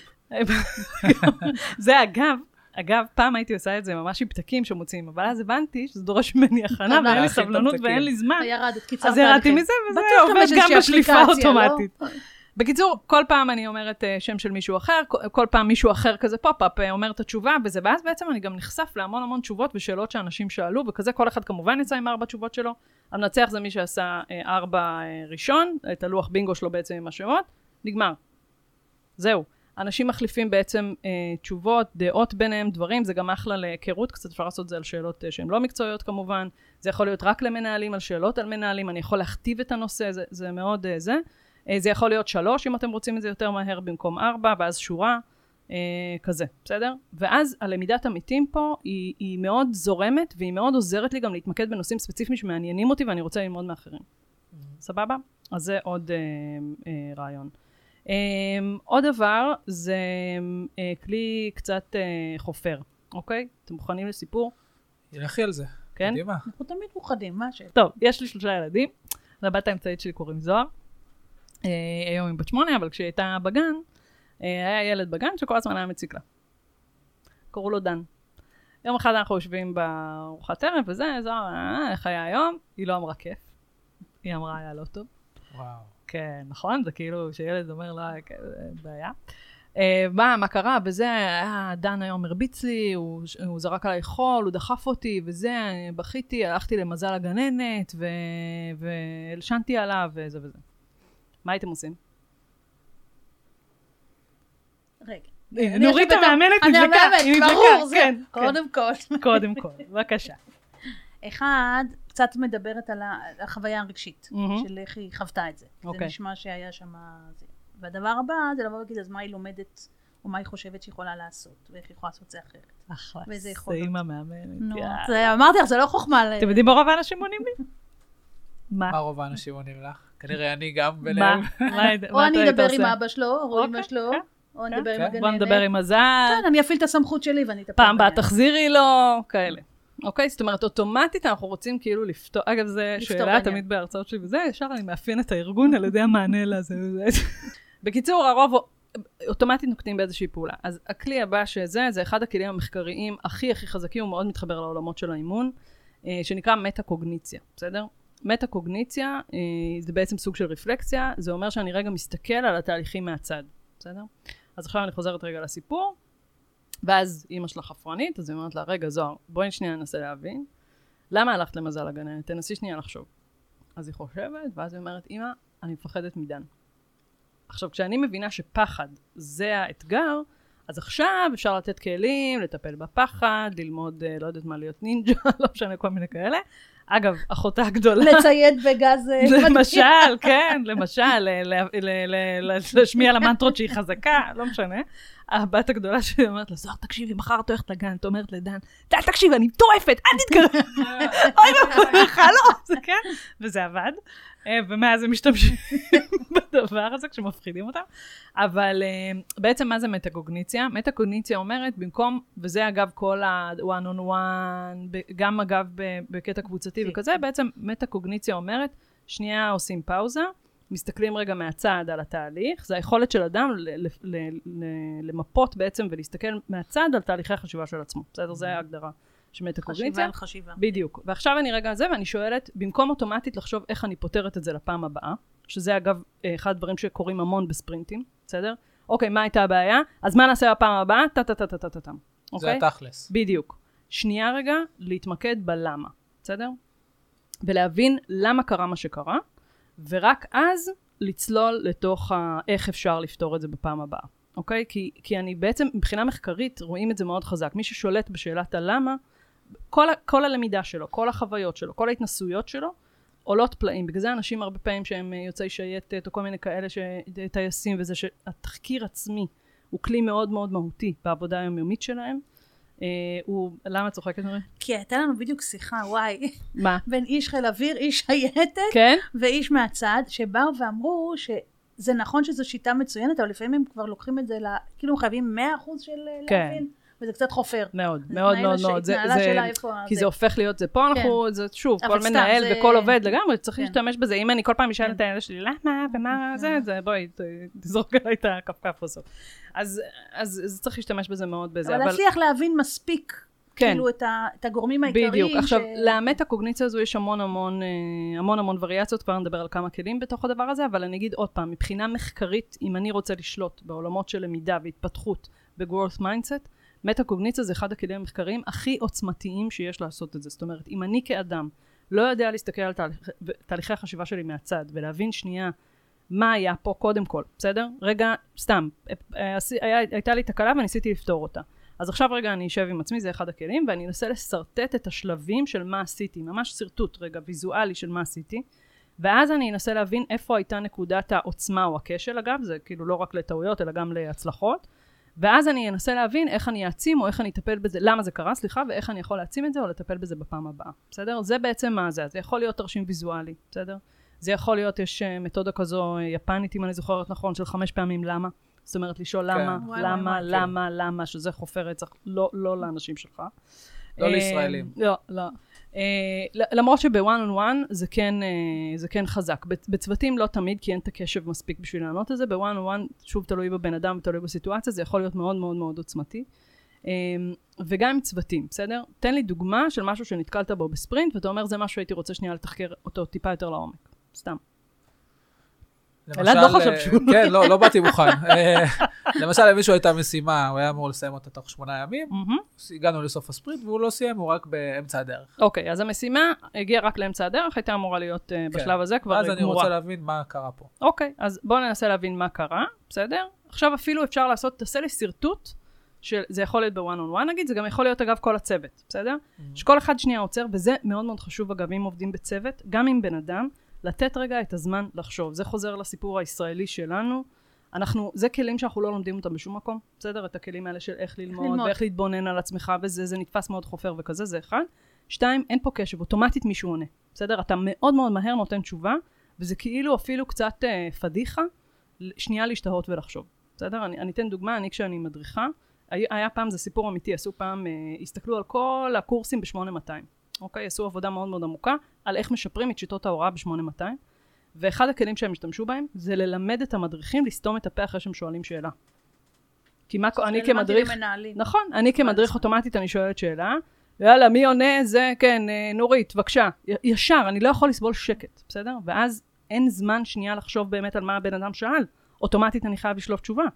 זה אגב, פעם הייתי עושה את זה ממש עם פתקים שמוצאים, אבל אז הבנתי שזה דורש ממני הכנה, ואין לי סבלנות ואין לי זמן. אז ירדתי מזה, וזה עובד גם בשליפה אוטומטית. בקיצור, כל פעם אני אומרת שם של מישהו אחר, כל פעם מישהו אחר כזה פופ-אפ אומר את התשובה, וזה, ואז בעצם אני גם נחשף להמון המון תשובות ושאלות שאנשים שאלו, וכזה כל אחד כמובן יצא עם 4 תשובות שלו. המנצח זה מי שעשה 4 ראשון, את הלוח בינגו שלו בעצם עם השמות, נגמר. זהו. אנשים מחליפים בעצם תשובות, דעות ביניהם, דברים, זה גם אחלה להיכרות, קצת אפשר לעשות זה על שאלות שהן לא מקצועיות כמובן, זה יכול להיות רק למנהלים, על שאלות על מנהלים, אני יכול להכתיב את הנושא, זה מאוד זה. זה יכול להיות 3, אם אתם רוצים את זה יותר מהר במקום 4, ואז שורה, כזה, בסדר? ואז הלמידת עמיתים פה היא מאוד זורמת, והיא מאוד עוזרת לי גם להתמקד בנושאים ספציפיים שמעניינים אותי, ואני רוצה ללמוד מאחרים. סבבה? אז זה עוד רעיון. עוד דבר, זה כלי קצת חופר, אוקיי? אתם מוכנים לסיפור? ילכי על זה. כן? קדימה. אנחנו תמיד מוכנים, מה השאלה? טוב, יש לי 3 ילדים, לבת האמצעית שלי קוראים זוהר, היום היא בת 8, אבל כשהיא הייתה בגן, היה ילד בגן שכל הזמן היה מציק לה. קראו לו דן. יום אחד אנחנו יושבים בארוחת ערב וזה, זוהר, איך היה היום? היא לא אמרה כיף. היא אמרה, היה לא טוב. וואו. כן, נכון? זה כאילו שילד אומר לה, בעיה. מה קרה? וזה, דן היום הרביץ לי, הוא זרק עליי חול, הוא דחף אותי, וזה, בכיתי, הלכתי למזל הגננת, והלשנתי עליו, וזה וזה. מה הייתם עושים? רגע. נורית המאמנת נדלקה. ברור, זה. קודם כל, בבקשה. אחד, קצת מדברת על החוויה הרגשית, של איך היא חוותה את זה. זה נשמע שהיה שם... והדבר הבא, זה לבוא ולהגיד, אז מה היא לומדת, או מה היא חושבת שהיא יכולה לעשות, ואיך היא יכולה לעשות זה אחרת. אחלה, זה אימא מאמנת. אמרתי לך, זה לא חוכמה. אתם יודעים מה רוב האנשים עונים לי? מה רוב האנשים עונים לך? כנראה אני גם ביניהם. או אני אדבר עם אבא שלו, או אמא שלו, או אני אדבר עם הגננת. בוא נדבר עם הזל. כן, אני אפעיל את הסמכות שלי ואני אטפל. פעם באה תחזירי לו, כאלה. אוקיי, זאת אומרת, אוטומטית אנחנו רוצים כאילו לפתור, אגב, זה שאלה תמיד בהרצאות שלי, וזה ישר אני מאפיין את הארגון על ידי המענה לזה. בקיצור, הרוב אוטומטית נוקטים באיזושהי פעולה. אז הכלי הבא שזה, זה אחד הכלים המחקריים הכי חזקים, הוא מאוד מתחבר לעולמות של האימון, שנקרא מטה-קוגניציה, בסדר? מטה-קוגניציה זה בעצם סוג של רפלקציה, זה אומר שאני רגע מסתכל על התהליכים מהצד, בסדר? אז עכשיו אני חוזרת רגע לסיפור, ואז אמא שלה חפרנית, אז היא אומרת לה, רגע זוהר, בואי שנייה ננסה להבין, למה הלכת למזל הגננת? תנסי שנייה לחשוב. אז היא חושבת, ואז היא אומרת, אמא, אני מפחדת מדן. עכשיו, כשאני מבינה שפחד זה האתגר, אז עכשיו אפשר לתת כלים, לטפל בפחד, ללמוד, לא יודעת מה, להיות נינג'ה, לא משנה כל מיני כאלה. אגב, אחותה הגדולה. לצייד בגז. למשל, כן, למשל, להשמיע למנטרות שהיא חזקה, לא משנה. הבת הגדולה שלי אומרת לה, זוהר, תקשיבי, מחר את הולכת לגן, את אומרת לדן, תקשיב, אני מטורפת, אל תתקרב. אוי, חלום, זה כן. וזה עבד. ומאז הם משתמשים בדבר הזה כשמפחידים אותם. אבל בעצם מה זה מטה-קוגניציה? מטה-קוגניציה אומרת, במקום, וזה אגב כל ה-one on one, גם אגב בקטע קבוצתי וכזה, בעצם מטה-קוגניציה אומרת, שנייה עושים פאוזה, מסתכלים רגע מהצד על התהליך, זה היכולת של אדם למפות בעצם ולהסתכל מהצד על תהליכי החשיבה של עצמו. בסדר, זה ההגדרה. חשיבה על חשיבה. בדיוק. ועכשיו אני רגע על זה, ואני שואלת, במקום אוטומטית לחשוב איך אני פותרת את זה לפעם הבאה, שזה אגב אחד הדברים שקורים המון בספרינטים, בסדר? אוקיי, מה הייתה הבעיה? אז מה נעשה בפעם הבאה? טה-טה-טה-טה-טה-טה. זה התכלס. בדיוק. שנייה רגע, להתמקד בלמה, בסדר? ולהבין למה קרה מה שקרה, ורק אז לצלול לתוך איך אפשר לפתור את זה בפעם הבאה. אוקיי? כי אני בעצם, מבחינה מחקרית, רואים את זה מאוד חזק. מי ששולט בשאלת הלמה, כל הלמידה שלו, כל החוויות שלו, כל ההתנסויות שלו, עולות פלאים. בגלל זה אנשים הרבה פעמים שהם יוצאי שייטת, או כל מיני כאלה טייסים, וזה שהתחקיר עצמי הוא כלי מאוד מאוד מהותי בעבודה היומיומית שלהם. למה צוחקת נורי? כי הייתה לנו בדיוק שיחה, וואי. מה? בין איש חיל אוויר, איש שייטת, כן? ואיש מהצד, שבאו ואמרו שזה נכון שזו שיטה מצוינת, אבל לפעמים הם כבר לוקחים את זה, כאילו הם חייבים 100% של להבין, וזה קצת חופר. מאוד, מאוד, מאוד, מאוד. כי זה הופך להיות, זה פה אנחנו, זה שוב, כל מנהל וכל עובד לגמרי, צריך להשתמש בזה. אם אני כל פעם משאלת את הילד שלי, למה, ומה זה, בואי, תזרוק עליי את הכפכף בסוף. אז צריך להשתמש בזה מאוד בזה. אבל להצליח להבין מספיק, כאילו, את הגורמים העיקריים. בדיוק. עכשיו, לאמת הקוגניציה הזו יש המון וריאציות, כבר נדבר על כמה כלים בתוך הדבר הזה, אבל אני אגיד עוד פעם, מבחינה מחקרית, אם אני רוצה לשלוט בעולמות של למידה והתפתחות ב-growth mindset, מטה-קוגניציה זה אחד הכלים המחקריים הכי עוצמתיים שיש לעשות את זה. זאת אומרת, אם אני כאדם לא יודע להסתכל על תהליכי החשיבה שלי מהצד, ולהבין שנייה מה היה פה קודם כל, בסדר? רגע, סתם, הייתה לי תקלה וניסיתי לפתור אותה. אז עכשיו רגע אני אשב עם עצמי, זה אחד הכלים, ואני אנסה לסרטט את השלבים של מה עשיתי, ממש סרטוט רגע ויזואלי של מה עשיתי, ואז אני אנסה להבין איפה הייתה נקודת העוצמה או הכשל, אגב, זה כאילו לא רק לטעויות, אלא גם להצלחות, ואז אני אנסה להבין איך אני אעצים או איך אני אטפל בזה, למה זה קרה, סליחה, ואיך אני יכול להעצים את זה או לטפל בזה בפעם הבאה, בסדר? זה בעצם מה זה, זה יכול להיות תרשים ויזואלי, בסדר? זה יכול להיות, יש מתודה כזו יפנית, אם אני זוכרת נכון, של 5 פעמים למה, זאת אומרת לשאול למה, שזה חופר רצח, לא לאנשים שלך. לא לישראלים. לא. למרות שבוואן און וואן זה כן חזק. בצוותים לא תמיד, כי אין את הקשב מספיק בשביל לענות את זה. בוואן און וואן, שוב תלוי בבן אדם ותלוי בסיטואציה, זה יכול להיות מאוד מאוד מאוד עוצמתי. וגם עם צוותים, בסדר? תן לי דוגמה של משהו שנתקלת בו בספרינט, ואתה אומר, זה משהו שהייתי רוצה שנייה לתחקר אותו טיפה יותר לעומק. סתם. אלעד לא חשב שהוא... כן, לא באתי מוכן. למשל, למישהו הייתה משימה, הוא היה אמור לסיים אותה תוך 8 ימים, הגענו לסוף הספרינט, והוא לא סיים, הוא רק באמצע הדרך. אוקיי, אז המשימה הגיעה רק לאמצע הדרך, הייתה אמורה להיות בשלב הזה כבר גמורה. אז אני רוצה להבין מה קרה פה. אוקיי, אז בואו ננסה להבין מה קרה, בסדר? עכשיו אפילו אפשר לעשות, תעשה לי סרטוט, שזה יכול להיות בוואן און וואן, נגיד, זה גם יכול להיות אגב כל הצוות, בסדר? שכל אחד שנייה עוצר, וזה מאוד מאוד חשוב אגב, אם עובדים בצוות, גם עם בן אדם, לתת רגע את הזמן לחשוב. זה חוזר לסיפור הישראלי שלנו. זה כלים שאנחנו לא לומדים אותם בשום מקום. בסדר? את הכלים האלה של איך ללמוד ואיך להתבונן על עצמך, וזה נתפס מאוד חופר וכזה, זה אחד. 2, אין פה קשב, אוטומטית מישהו עונה. בסדר? אתה מאוד מאוד מהר נותן תשובה, וזה כאילו אפילו קצת פדיחה, שנייה להשתהות ולחשוב. בסדר? אני אתן דוגמה, אני כשאני מדריכה, היה פעם, זה סיפור אמיתי, עשו פעם, הסתכלו על כל הקורסים ב-8200. אוקיי, עשו עבודה מאוד מאוד עמוקה על איך משפרים את שיטות ההוראה ב-8200, ואחד הכלים שהם השתמשו בהם זה ללמד את המדריכים לסתום את הפה אחרי שהם שואלים שאלה. כי מה, אני כמדריך, נכון, אני כמדריך אוטומטית אני שואלת שאלה, יאללה, מי עונה? זה, כן, נורית, בבקשה, ישר, אני לא יכול לסבול שקט, בסדר? ואז אין זמן שנייה לחשוב באמת על מה הבן אדם שאל, אוטומטית אני חייב לשלוף תשובה.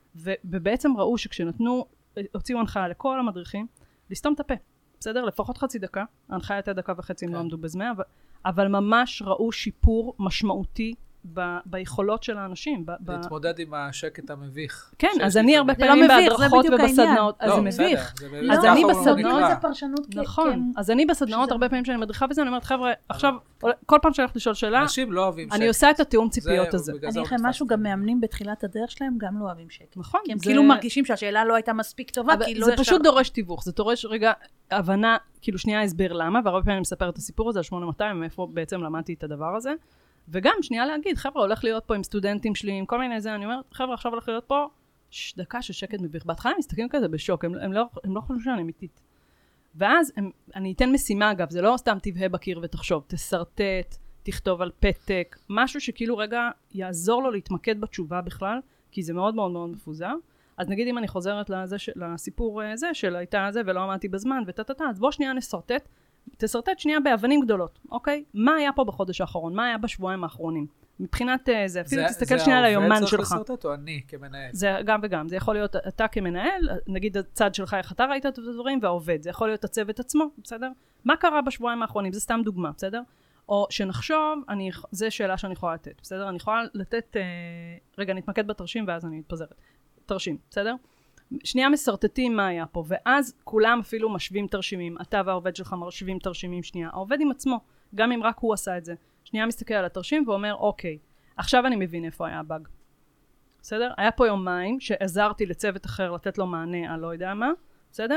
ובעצם ראו שכשנתנו, הוציאו הנחיה לכל המדריכים, לסתום את הפה. בסדר? לפחות חצי דקה, ההנחיה הייתה 1.5 דקות אם לא עמדו בזמן, אבל ממש ראו שיפור משמעותי ביכולות של האנשים. להתמודד עם השקט המביך. כן, אז אני הרבה פעמים בהדרכות ובסדנאות, אז זה מביך. אז אני בסדנאות, נכון, אז אני בסדנאות הרבה פעמים שאני מדריכה בזה, אני אומרת, חבר'ה, עכשיו, כל פעם שאני הולכת לשאול שאלה, אני עושה את התיאום ציפיות הזה. אני אחרי משהו גם מאמנים בתחילת הדרך שלהם, גם לא אוהבים שקט. נכון. כי הם כאילו מרגישים שהשאלה לא הייתה מספיק טובה, זה פשוט דורש תיווך, זה דורש רגע הבנה, כאילו שנייה הסבר למה, והרבה פעמים אני מספר את הסיפור הזה על 8200, מאיפה בעצם למדתי את הדבר הזה. וגם שנייה להגיד, חבר'ה, הולך להיות פה עם סטודנטים שלי, עם כל מיני זה, אני אומרת, חבר'ה, עכשיו הולך להיות פה דקה של שקט מביך. בהתחלה הם מסתכלים כזה בשוק, הם לא חושבים שאני אמיתית. ואז אני אתן משימה, אגב, זה לא סתם תבהה בקיר ותחשוב, תסרטט, תכתוב על פתק, משהו שכאילו רגע יעזור לו להתמקד בתשובה בכלל, כי זה מאוד מאוד מאוד מפוזר. אז נגיד אם אני חוזרת לסיפור הזה, של הייתה זה ולא עמדתי בזמן וטטטה, אז בוא שנייה תסרטט שנייה באבנים גדולות, אוקיי? מה היה פה בחודש האחרון? מה היה בשבועיים האחרונים? מבחינת זה, אפילו תסתכל שנייה על היומן שלך. זה העובד צריך לסרטט או אני כמנהל? זה גם וגם, זה יכול להיות אתה כמנהל, נגיד הצד שלך איך אתה ראית את הדברים, והעובד, זה יכול להיות הצוות עצמו, בסדר? מה קרה בשבועיים האחרונים? זה סתם דוגמה, בסדר? או שנחשוב, זה שאלה שאני יכולה לתת, בסדר? אני יכולה לתת, רגע, נתמקד בתרשים ואז אני מתפזרת. תרשים, בסדר? שנייה מסרטטים מה היה פה, ואז כולם אפילו משווים תרשימים, אתה והעובד שלך משווים תרשימים שנייה, העובד עם עצמו, גם אם רק הוא עשה את זה, שנייה מסתכל על התרשים ואומר, אוקיי, עכשיו אני מבין איפה היה הבאג. בסדר? היה פה יומיים שעזרתי לצוות אחר לתת לו מענה על לא יודע מה, בסדר?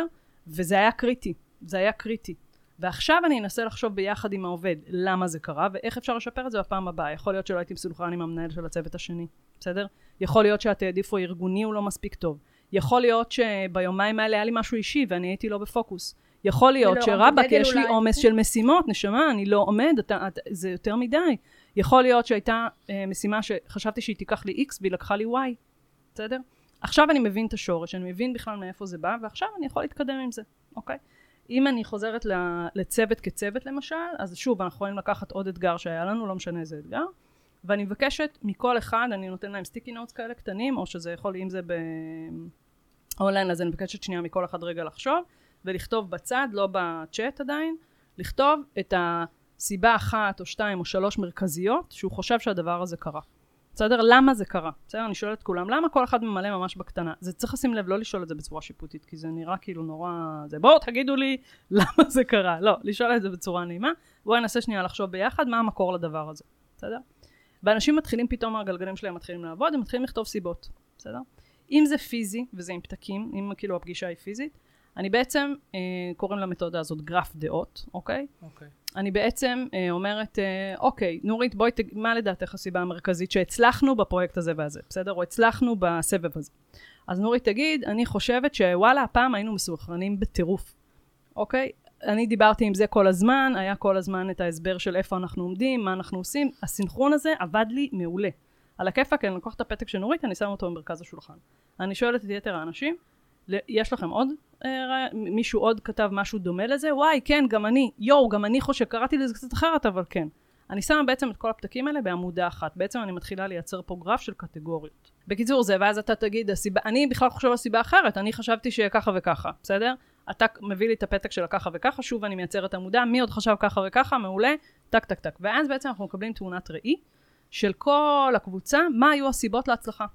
וזה היה קריטי, זה היה קריטי. ועכשיו אני אנסה לחשוב ביחד עם העובד למה זה קרה, ואיך אפשר לשפר את זה בפעם הבאה. יכול להיות שלא הייתי מסונכרן עם המנהל של הצוות השני, בסדר? יכול להיות שהתעדיף או ארגוני הוא לא מספיק טוב. יכול להיות שביומיים האלה היה לי משהו אישי ואני הייתי לא בפוקוס. יכול להיות שרבק יש לי עומס של משימות, נשמה, אני לא עומד, זה יותר מדי. יכול להיות שהייתה משימה שחשבתי שהיא תיקח לי X והיא לקחה לי Y, בסדר? עכשיו אני מבין את השורש, אני מבין בכלל מאיפה זה בא, ועכשיו אני יכול להתקדם עם זה, אוקיי? אם אני חוזרת לצוות כצוות למשל, אז שוב, אנחנו יכולים לקחת עוד אתגר שהיה לנו, לא משנה איזה אתגר, ואני מבקשת מכל אחד, אני נותן להם סטיקי נוטס כאלה קטנים, או שזה יכול, אם זה באונליין, אז אני מבקשת שנייה מכל אחד רגע לחשוב, ולכתוב בצד, לא בצ'אט עדיין, לכתוב את הסיבה 1 או 2 או 3 מרכזיות, שהוא חושב שהדבר הזה קרה. בסדר? למה זה קרה? בסדר? אני שואלת את כולם, למה כל אחד ממלא ממש בקטנה? זה צריך לשים לב, לא לשאול את זה בצורה שיפוטית, כי זה נראה כאילו נורא... בואו תגידו לי למה זה קרה. לא, לשאול את זה בצורה נעימה. בואו ננסה שנייה לחשוב ביחד מה המקור לדבר הזה. בסדר? ואנשים מתחילים פתאום, הגלגלים שלהם מתחילים לעבוד, הם מתחילים לכתוב סיבות. בסדר? אם זה פיזי, וזה עם פתקים, אם כאילו הפגישה היא פיזית, אני בעצם, קוראים למתודה הזאת גרף דעות, אוקיי? אוקיי. אני בעצם אומרת, אוקיי, נורית, בואי, מה לדעתך הסיבה המרכזית שהצלחנו בפרויקט הזה והזה, בסדר? או הצלחנו בסבב הזה. אז נורית תגיד, אני חושבת שוואלה, הפעם היינו מסוכרנים בטירוף, אוקיי? אני דיברתי עם זה כל הזמן, היה כל הזמן את ההסבר של איפה אנחנו עומדים, מה אנחנו עושים, הסינכרון הזה עבד לי מעולה. על הכיפאק, אני לקוח את הפתק של נורית, אני שם אותו במרכז השולחן. אני שואלת את יתר האנשים, יש לכם עוד? מישהו עוד כתב משהו דומה לזה? וואי, כן, גם אני. גם אני חושב, קראתי לזה קצת אחרת, אבל כן. אני שמה בעצם את כל הפתקים האלה בעמודה אחת. בעצם אני מתחילה לייצר פה גרף של קטגוריות. בקיצור זה, ואז אתה תגיד, אני בכלל חושב על סיבה אחרת, אני חשבתי שככה וככה, בסדר? אתה מביא לי את הפתק של ככה וככה, שוב אני מייצר את העמודה, מי עוד חשב ככה וככה, מעולה, טק טק טק. ואז בעצם אנחנו מקבלים תמונת ראי של כל הקבוצה, מה היו הסיבות להצלחה.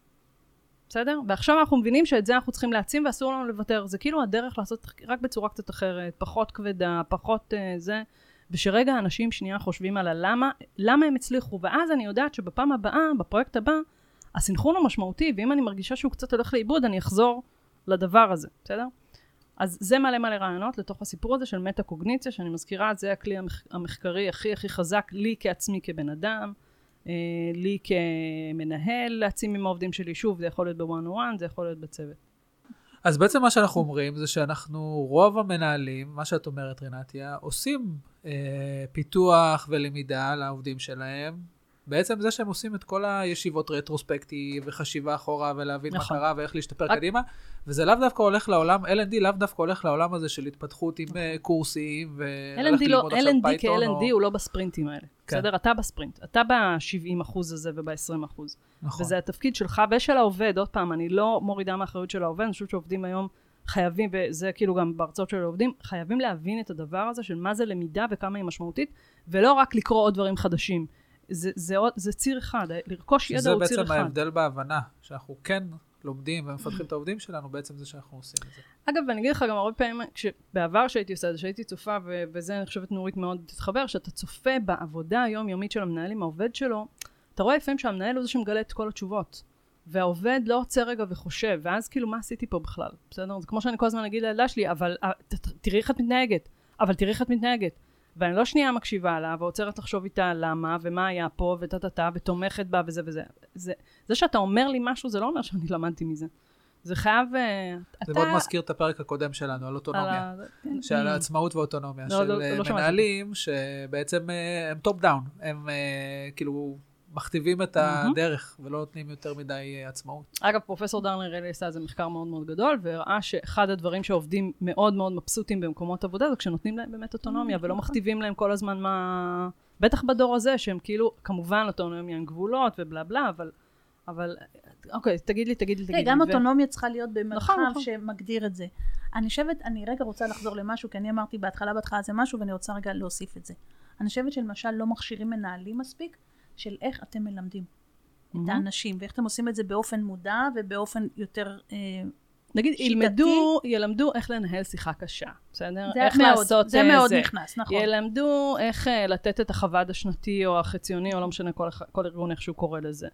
בסדר? ועכשיו אנחנו מבינים שאת זה אנחנו צריכים להעצים ואסור לנו לוותר. זה כאילו הדרך לעשות רק בצורה קצת אחרת, פחות כבדה, פחות זה, ושרגע אנשים שנייה חושבים על למה הם הצליחו, ואז אני יודעת שבפעם הבאה, בפרויקט הבא, הסינכרון הוא משמעותי, ואם אני מרגישה שהוא קצת הולך לאיבוד, אני אחזור לדבר הזה, בסדר? אז זה מלא רעיונות לתוך הסיפור הזה של מטה-קוגניציה, שאני מזכירה, זה הכלי המחקרי הכי חזק לי כעצמי כבן אדם, לי כמנהל להצים עם העובדים שלי, שוב, זה יכול להיות ב-1-on-1, זה יכול להיות בצוות. אז בעצם מה שאנחנו אומרים זה שאנחנו, רוב המנהלים, מה שאת אומרת רינתיה, עושים פיתוח ולמידה לעובדים שלהם, בעצם זה שהם עושים את כל הישיבות רטרוספקטיב וחשיבה אחורה ולהבין מה קרה ואיך להשתפר קדימה, וזה לאו דווקא הולך לעולם, L&D לאו דווקא הולך לעולם הזה של התפתחות עם קורסים והלך ללמוד עכשיו פייתון. L&D הוא לא בספרינטים האלה, בסדר? אתה בספרינט, אתה ב-70% הזה וב-20%. וזה התפקיד שלך ושל העובד, עוד פעם, אני לא מורידה מאחריות של העובד, אני חושבת שעובדים היום חייבים, וזה כאילו גם בהרצאות של העובדים, חייבים להבין את הדבר הזה של מה זה למידה וכמה היא משמעותית, ולא רק לקרוא עוד דברים חדשים. זה ציר אחד, לרכוש ידע הוא ציר אחד. זה בעצם ההבדל בהבנה, שאנחנו כן לומדים ומפתחים את העובדים שלנו, בעצם זה שאנחנו עושים את זה. אגב, ואני אגיד לך גם הרבה פעמים, בעבר שהייתי עושה את זה, שהייתי צופה, וזה אני חושבת נורית מאוד תתחבר, שאתה צופה בעבודה היומיומית של המנהל עם העובד שלו, אתה רואה לפעמים שהמנהל הוא זה שמגלה את כל התשובות, והעובד לא עוצר רגע וחושב, ואז כאילו מה עשיתי פה בכלל, בסדר? זה כמו שאני כל הזמן אגיד לילדה שלי, אבל תראי איך את מתנהגת, אבל תראי איך את מתנהגת. ואני לא שנייה מקשיבה לה, ועוצרת לחשוב איתה למה, ומה היה פה, ותומכת בה, וזה וזה. זה שאתה אומר לי משהו, זה לא אומר שאני למדתי מזה. זה חייב... זה מאוד מזכיר את הפרק הקודם שלנו, על אוטונומיה. שעל העצמאות ואוטונומיה, של מנהלים, שבעצם הם טופ דאון. הם כאילו מכתיבים את הדרך, ולא נותנים יותר מדי עצמאות. אגב, פרופסור דרנר אלי עשה איזה מחקר מאוד מאוד גדול, והראה שאחד הדברים שעובדים מאוד מאוד מבסוטים במקומות עבודה, זה כשנותנים להם באמת אוטונומיה, ולא מכתיבים להם כל הזמן מה... בטח בדור הזה, שהם כאילו, כמובן אוטונומיה עם גבולות ובלה בלה, אבל, אוקיי, תגיד לי. גם אוטונומיה צריכה להיות במרחב שמגדיר את זה. אני רגע רוצה לחזור למשהו, כי אני אמרתי בהתחלה זה משהו, ואני רוצה רגע להוסיף את זה. אני חושבת שלמשל לא מכשירים מנהלים מספיק, של איך אתם מלמדים את האנשים, ואיך אתם עושים את זה באופן מודע, ובאופן יותר נגיד, ילמדו איך לנהל שיחה קשה, בסדר? איך מאוד, לעשות זה מאוד נכנס, נכון. ילמדו איך לתת את החוות השנתי, או החציוני, או לא משנה כל ארגון איך שהוא קורא לזה.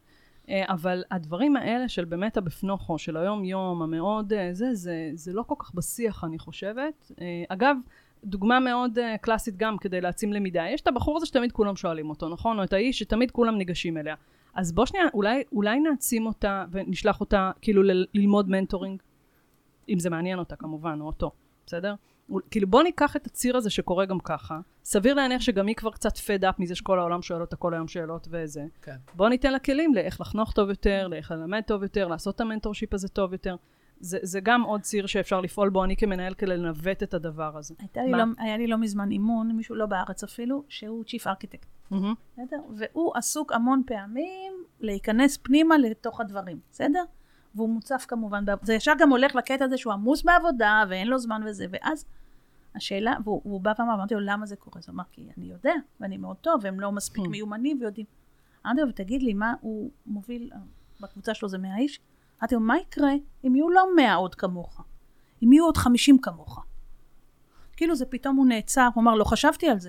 אבל הדברים האלה של באמת הבפנוכו, של היום יום, המאוד, זה לא כל כך בשיח, אני חושבת. אגב, דוגמה מאוד קלאסית גם כדי להעצים למידה. יש את הבחור הזה שתמיד כולם שואלים אותו, נכון? או את האיש שתמיד כולם ניגשים אליה. אז בוא שנייה, אולי נעצים אותה ונשלח אותה כאילו ללמוד מנטורינג, אם זה מעניין אותה כמובן, או אותו, בסדר? כאילו בוא ניקח את הציר הזה שקורה גם ככה, סביר להניח שגם היא כבר קצת fed up מזה שכל העולם שואל אותה כל היום שאלות וזה. כן. בוא ניתן לה כלים לאיך לחנוך טוב יותר, לאיך ללמד טוב יותר, לעשות את המנטורשיפ הזה טוב יותר. זה גם עוד ציר שאפשר לפעול בו, אני כמנהל כדי לנווט את הדבר הזה. היה לי לא מזמן אימון, מישהו לא בארץ אפילו, שהוא צ'יפ ארכיטקט. והוא עסוק המון פעמים להיכנס פנימה לתוך הדברים, בסדר? והוא מוצף כמובן, זה ישר גם הולך לקטע הזה שהוא עמוס בעבודה ואין לו זמן וזה, ואז השאלה, והוא בא פעם אמרתי לו למה זה קורה, זה אמר כי אני יודע ואני מאוד טוב והם לא מספיק מיומנים ויודעים. אמרתי לו ותגיד לי מה הוא מוביל, בקבוצה שלו זה 100 איש, אמרתי לו מה יקרה אם יהיו לא 100 עוד כמוך, אם יהיו עוד 50 כמוך. כאילו זה פתאום הוא נעצר, הוא אמר לא חשבתי על זה.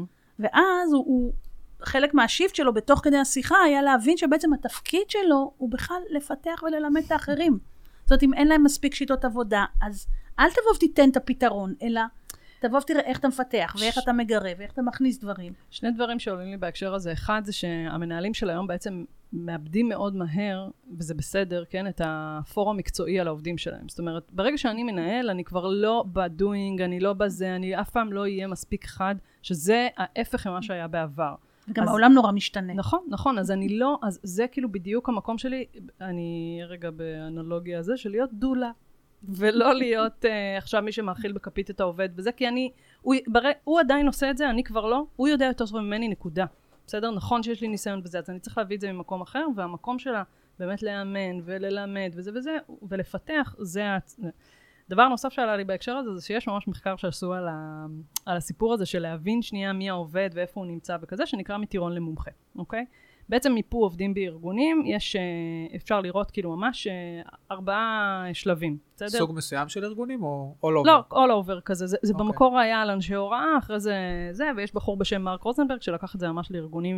ואז הוא חלק מהשיפט שלו בתוך כדי השיחה היה להבין שבעצם התפקיד שלו הוא בכלל לפתח וללמד את האחרים. זאת אומרת, אם אין להם מספיק שיטות עבודה, אז אל תבוא ותיתן את הפתרון, אלא תבוא ותראה איך אתה מפתח, ואיך אתה מגרב, ואיך אתה מכניס דברים. שני דברים שעולים לי בהקשר הזה. אחד זה שהמנהלים של היום בעצם מאבדים מאוד מהר, וזה בסדר, כן, את הפורום המקצועי על העובדים שלהם. זאת אומרת, ברגע שאני מנהל, אני כבר לא בדוינג, אני לא בזה, אני אף פעם לא יהיה מספיק חד, שזה ההפך ממה שהיה בעבר. וגם העולם נורא משתנה. נכון, אז אני לא, אז זה כאילו בדיוק המקום שלי, אני רגע באנלוגיה הזה, של להיות דולה, ולא להיות עכשיו מי שמאכיל בכפית את העובד, וזה כי הוא עדיין עושה את זה, אני כבר לא, הוא יודע יותר טוב ממני נקודה. בסדר? נכון שיש לי ניסיון בזה, אז אני צריך להביא את זה ממקום אחר, והמקום שלה באמת לאמן וללמד וזה, ולפתח, זה דבר נוסף שעלה לי בהקשר הזה, זה שיש ממש מחקר שעשו על הסיפור הזה של להבין שנייה מי העובד ואיפה הוא נמצא וכזה, שנקרא מטירון למומחה, אוקיי? בעצם מיפו עובדים בארגונים, יש, אפשר לראות כאילו ממש 4 שלבים, בסדר? סוג מסוים של ארגונים או all over? לא, all over כזה, זה במקור היה על אנשי הוראה, אחרי זה, ויש בחור בשם מרק רוזנברג, שלקח את זה ממש לארגונים,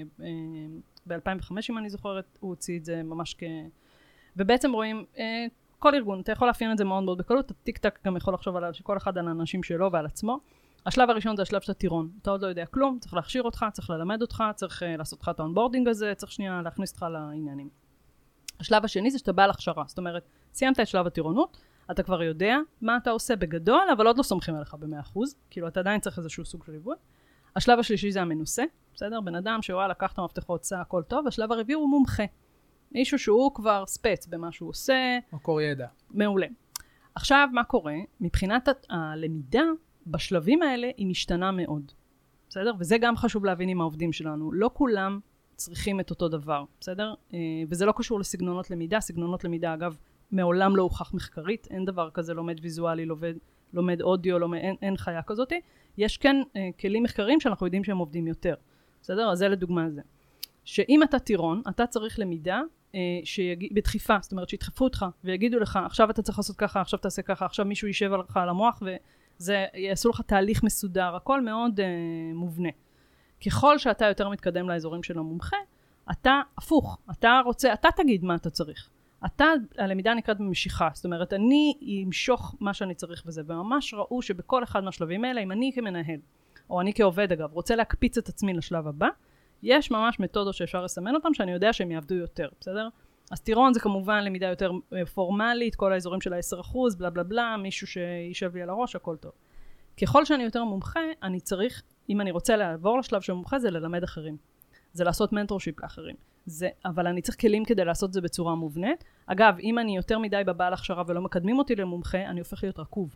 וב-2005 אם אני זוכרת, הוא הוציא את זה ממש ובעצם רואים, כל ארגון, אתה יכול להפיין את זה מאוד מאוד בקלות, הטיק-טק גם יכול לחשוב על שכל אחד על האנשים שלו ועל עצמו. השלב הראשון זה השלב של הטירון. אתה עוד לא יודע כלום, צריך להכשיר אותך, צריך ללמד אותך, צריך לעשות לך את האונבורדינג הזה, צריך שנייה להכניס אותך לעניינים. השלב השני זה שאתה בא להכשרה, זאת אומרת, סיימת את שלב הטירונות, אתה כבר יודע מה אתה עושה בגדול, אבל עוד לא סומכים עליך ב100%, כאילו אתה עדיין צריך איזשהו סוג של ליווי. השלב השלישי זה המנוסה, בסדר? בן אדם שוואלה, לקח את המפתחות, עשה הכל טוב, השלב הרביעי הוא מומחה. מישהו שהוא כבר ספץ במה שהוא עושה. מקור ידע. מעולה. עכשיו, מה קורה? מבחינת הלמידה, בשלבים האלה היא משתנה מאוד. בסדר? וזה גם חשוב להבין עם העובדים שלנו. לא כולם צריכים את אותו דבר. בסדר? וזה לא קשור לסגנונות למידה. סגנונות למידה, אגב, מעולם לא הוכח מחקרית. אין דבר כזה לומד ויזואלי, לומד אודיו, אין חיה כזאת. יש כן כלים מחקרים שאנחנו יודעים שהם עובדים יותר. בסדר? אז זה לדוגמה זה. שאם אתה טירון, אתה צריך למידה בדחיפה, זאת אומרת שידחפו אותך ויגידו לך, עכשיו אתה צריך לעשות ככה, עכשיו תעשה ככה, עכשיו מישהו יישב לך על המוח וזה יעשו לך תהליך מסודר, הכל מאוד מובנה. ככל שאתה יותר מתקדם לאזורים של המומחה, אתה הפוך, אתה רוצה, אתה תגיד מה אתה צריך. הלמידה נקראת במשיכה, זאת אומרת אני אמשוך מה שאני צריך וזה, וממש ראו שבכל אחד מהשלבים האלה, אם אני כמנהל, או אני כעובד אגב, רוצה להקפיץ את עצמי לשלב הבא, יש ממש מתודות שאפשר לסמן אותם, שאני יודע שהם יעבדו יותר, בסדר? אז טירון זה כמובן למידה יותר פורמלית, כל האזורים של 10%, בלה בלה בלה, מישהו שישב לי על הראש, הכל טוב. ככל שאני יותר מומחה, אני צריך, אם אני רוצה לעבור לשלב של מומחה, זה ללמד אחרים. זה לעשות מנטורשיפ לאחרים. אבל אני צריך כלים כדי לעשות זה בצורה מובנית. אגב, אם אני יותר מדי בבעל הכשרה ולא מקדמים אותי למומחה, אני הופך להיות רקוב.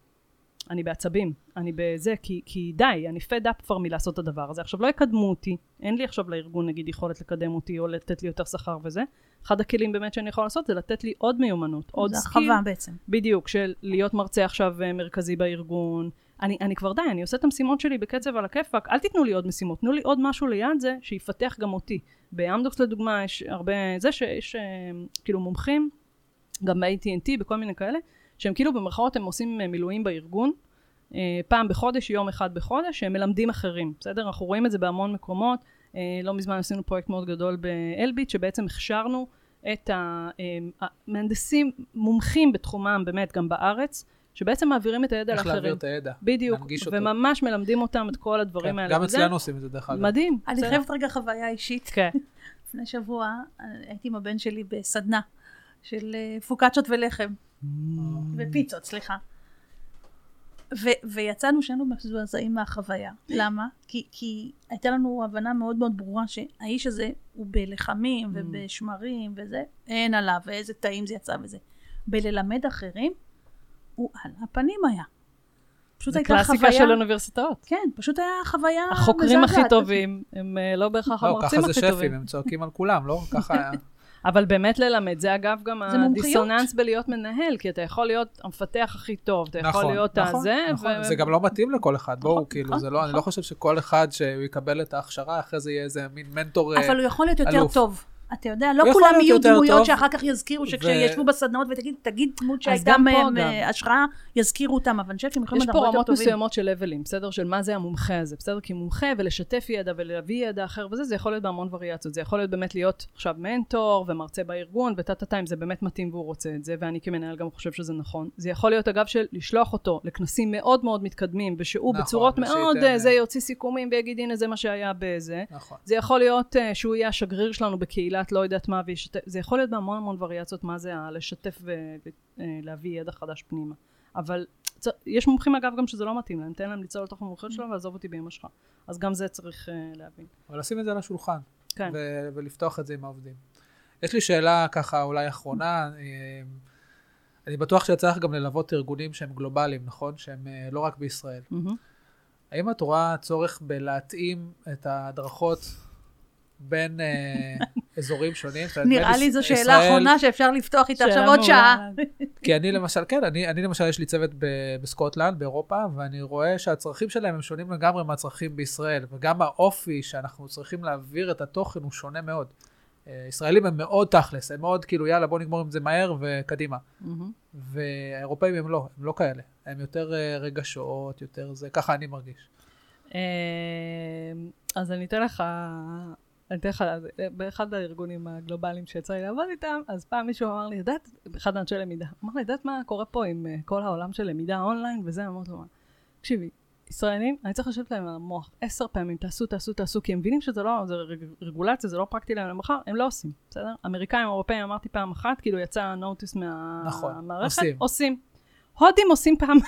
אני בעצבים, אני בזה, כי די, אני fed up כבר מלעשות את הדבר הזה. עכשיו לא יקדמו אותי, אין לי עכשיו לארגון נגיד יכולת לקדם אותי או לתת לי יותר שכר וזה. אחד הכלים באמת שאני יכול לעשות זה לתת לי עוד מיומנות, עוד סקיל. זה הרחבה בעצם. בדיוק, של להיות מרצה עכשיו מרכזי בארגון. אני כבר די, אני עושה את המשימות שלי בקצב על הכיפק, אל תיתנו לי עוד משימות, תנו לי עוד משהו ליד זה שיפתח גם אותי. באמדוקס לדוגמה יש הרבה, זה שיש כאילו מומחים, גם ב-AT&T, בכל מיני כאלה, שהם כאילו במרכאות הם עושים מילואים בארגון, פעם בחודש, יום אחד בחודש, שהם מלמדים אחרים, בסדר? אנחנו רואים את זה בהמון מקומות, לא מזמן עשינו פרויקט מאוד גדול באלביט, שבעצם הכשרנו את המהנדסים מומחים בתחומם, באמת גם בארץ, שבעצם מעבירים את הידע לאחרים. איך להעביר את הידע. בדיוק, וממש מלמדים אותם את כל הדברים האלה. גם אצלנו עושים את זה דרך אגב. מדהים. אני חייבת רגע חוויה אישית. כן. לפני שבוע הייתי עם הבן שלי בסדנה של פוקצ'ות ולחם. ופיצות, סליחה. ויצאנו שנו מזועזעים מהחוויה. למה? כי הייתה לנו הבנה מאוד מאוד ברורה שהאיש הזה הוא בלחמים ובשמרים וזה, אין עליו, ואיזה טעים זה יצא וזה. בללמד אחרים, הוא על הפנים היה. זה קלאסיקה של אוניברסיטאות. כן, פשוט היה חוויה מזעזעת. החוקרים הכי טובים, הם לא בהכרח המרצים הכי טובים. ככה זה שפים, הם צועקים על כולם, לא? ככה היה. אבל באמת ללמד, זה אגב גם הדיסוננס בלהיות מנהל, כי אתה יכול להיות המפתח הכי טוב, אתה יכול להיות הזה. נכון, זה גם לא מתאים לכל אחד, בואו, כאילו, זה לא, אני לא חושב שכל אחד שהוא יקבל את ההכשרה, אחרי זה יהיה איזה מין מנטור אלוף. אבל הוא יכול להיות יותר טוב. אתה יודע, לא כולם יהיו דמויות שאחר כך יזכירו, שכשישבו בסדנאות ותגיד דמות שהייתה השראה, יזכירו אותם, אבל אני חושבת שהם יכולים לדבר יותר טובים. יש פה רמות מסוימות של לבלים, בסדר? של מה זה המומחה הזה, בסדר? כי מומחה ולשתף ידע ולהביא ידע אחר וזה, זה יכול להיות בהמון וריאציות. זה יכול להיות באמת להיות עכשיו מנטור ומרצה בארגון, וטאטאטה, אם זה באמת מתאים והוא רוצה את זה, ואני כמנהל גם חושב שזה נכון. זה יכול להיות אגב של לשלוח אותו לכנסים מאוד מאוד מתקדמים, ושהוא בצורות מאוד, זה יוציא סיכומים ויגיד, הנה זה מה שהיה בזה. זה יכול להיות שהוא יהיה השגריר שלנו בקהילה, לא יודעת מה, זה יכול להיות בהמון המון וריאציות מה זה לשתף ולהביא ידע חדש פנימה. אבל יש מומחים אגב גם שזה לא מתאים להם, תן להם ליצור לתוך המומחיות שלו ועזוב אותי באמא שלך. אז גם זה צריך להבין. אבל לשים את זה על השולחן, ולפתוח את זה עם העובדים. יש לי שאלה ככה אולי אחרונה, אני בטוח שיצא גם ללוות ארגונים שהם גלובליים, נכון? שהם לא רק בישראל. האם את רואה צורך בלהתאים את ההדרכות בין אזורים שונים? נראה לי זו שאלה אחרונה שאפשר לפתוח איתה עכשיו עוד שעה. כי אני למשל, כן, אני למשל יש לי צוות בסקוטלנד, באירופה, ואני רואה שהצרכים שלהם הם שונים לגמרי מהצרכים בישראל, וגם האופי שאנחנו צריכים להעביר את התוכן הוא שונה מאוד. ישראלים הם מאוד תכלס, הם מאוד כאילו יאללה בוא נגמור עם זה מהר וקדימה. והאירופאים הם לא כאלה, הם יותר רגשות, יותר זה, ככה אני מרגיש. אז אני אתן לך באחד הארגונים הגלובליים שיצא לי לעבוד איתם, אז פעם מישהו אמר לי, יודעת, באחד האנשי למידה, אמר לי, יודעת מה קורה פה עם כל העולם של למידה אונליין, וזה אמרת לו, תקשיבי, ישראלים, אני צריך לשבת להם על המוח 10 פעמים, תעשו, כי הם מבינים שזה לא, זה רגולציה, זה לא פרקטי להם למחר, הם לא עושים, בסדר? אמריקאים, אירופאים, אמרתי פעם אחת, כאילו יצא נוטיס מהמערכת, עושים. הודים עושים פעם.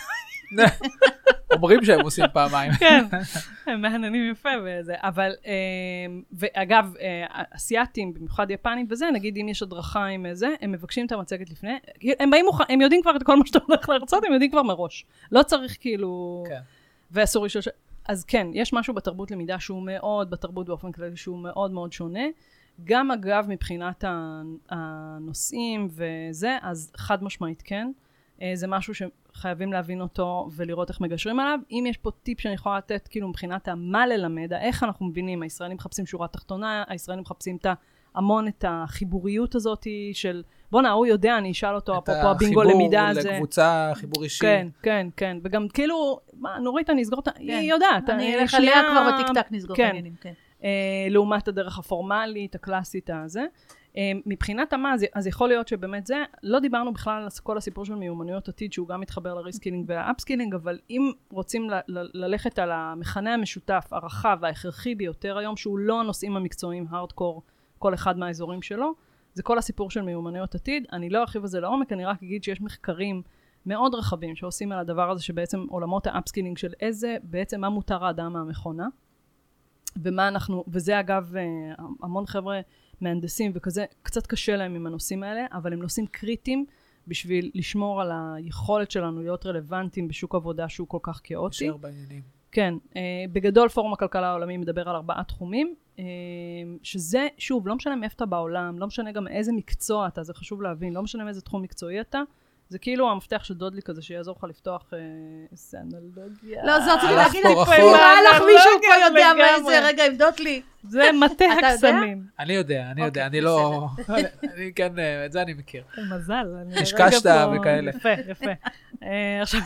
אומרים שהם עושים פעמיים. כן, הם מהננים יפה וזה, אבל, ואגב, אסיאטים, במיוחד יפנים וזה, נגיד אם יש הדרכה עם זה, הם מבקשים את המצגת לפני, הם יודעים כבר את כל מה שאתה הולך להרצות, הם יודעים כבר מראש. לא צריך כאילו, ואסור לשאול, אז כן, יש משהו בתרבות למידה שהוא מאוד, בתרבות באופן כללי שהוא מאוד מאוד שונה, גם אגב מבחינת הנושאים וזה, אז חד משמעית כן, זה משהו שחייבים להבין אותו ולראות איך מגשרים עליו. אם יש פה טיפ שאני יכולה לתת כאילו מבחינת מה ללמד, איך אנחנו מבינים, הישראלים מחפשים שורה תחתונה, הישראלים מחפשים המון את החיבוריות הזאת של, בוא הוא יודע, אני אשאל אותו, אפרופו הבינגו למידה הזה. את החיבור לקבוצה, חיבור אישי. כן. וגם כאילו, נורית, אני אסגור, היא יודעת. אני אלך עליה כבר בטיק-טק נסגור את העניינים, כן. לעומת הדרך הפורמלית, הקלאסית הזה. מבחינת מה, אז יכול להיות שבאמת זה, לא דיברנו בכלל על כל הסיפור של מיומנויות עתיד, שהוא גם מתחבר לריסקילינג והאפסקילינג, אבל אם רוצים ללכת על המכנה המשותף, הרחב וההכרחי ביותר היום, שהוא לא הנושאים המקצועיים, הארדקור, כל אחד מהאזורים שלו, זה כל הסיפור של מיומנויות עתיד. אני לא ארחיב על זה לעומק, אני רק אגיד שיש מחקרים מאוד רחבים שעושים על הדבר הזה, שבעצם עולמות האפסקילינג של בעצם מה מותר האדם מהמכונה, ומה אנחנו, וזה אגב, המון חבר'ה מהנדסים וכזה, קצת קשה להם עם הנושאים האלה, אבל הם נושאים קריטיים בשביל לשמור על היכולת שלנו להיות רלוונטיים בשוק עבודה שהוא כל כך כאוטי. נשאר בעניינים. כן, בגדול פורום הכלכלה העולמי מדבר על 4 תחומים, שזה, שוב, לא משנה מאיפה אתה בעולם, לא משנה גם איזה מקצוע אתה, זה חשוב להבין, לא משנה מאיזה תחום מקצועי אתה, זה כאילו המפתח של דודלי כזה, שיעזור לך לפתוח סנלוגיה. לא, זאת רציתי להגיד, נראה לך מישהו פה יודע מה זה, רגע, עם דודלי. זה מטה הקסמים. אני יודע, אני לא... אני כן, את זה אני מכיר. מזל. השקשת וכאלה. יפה, יפה. עכשיו,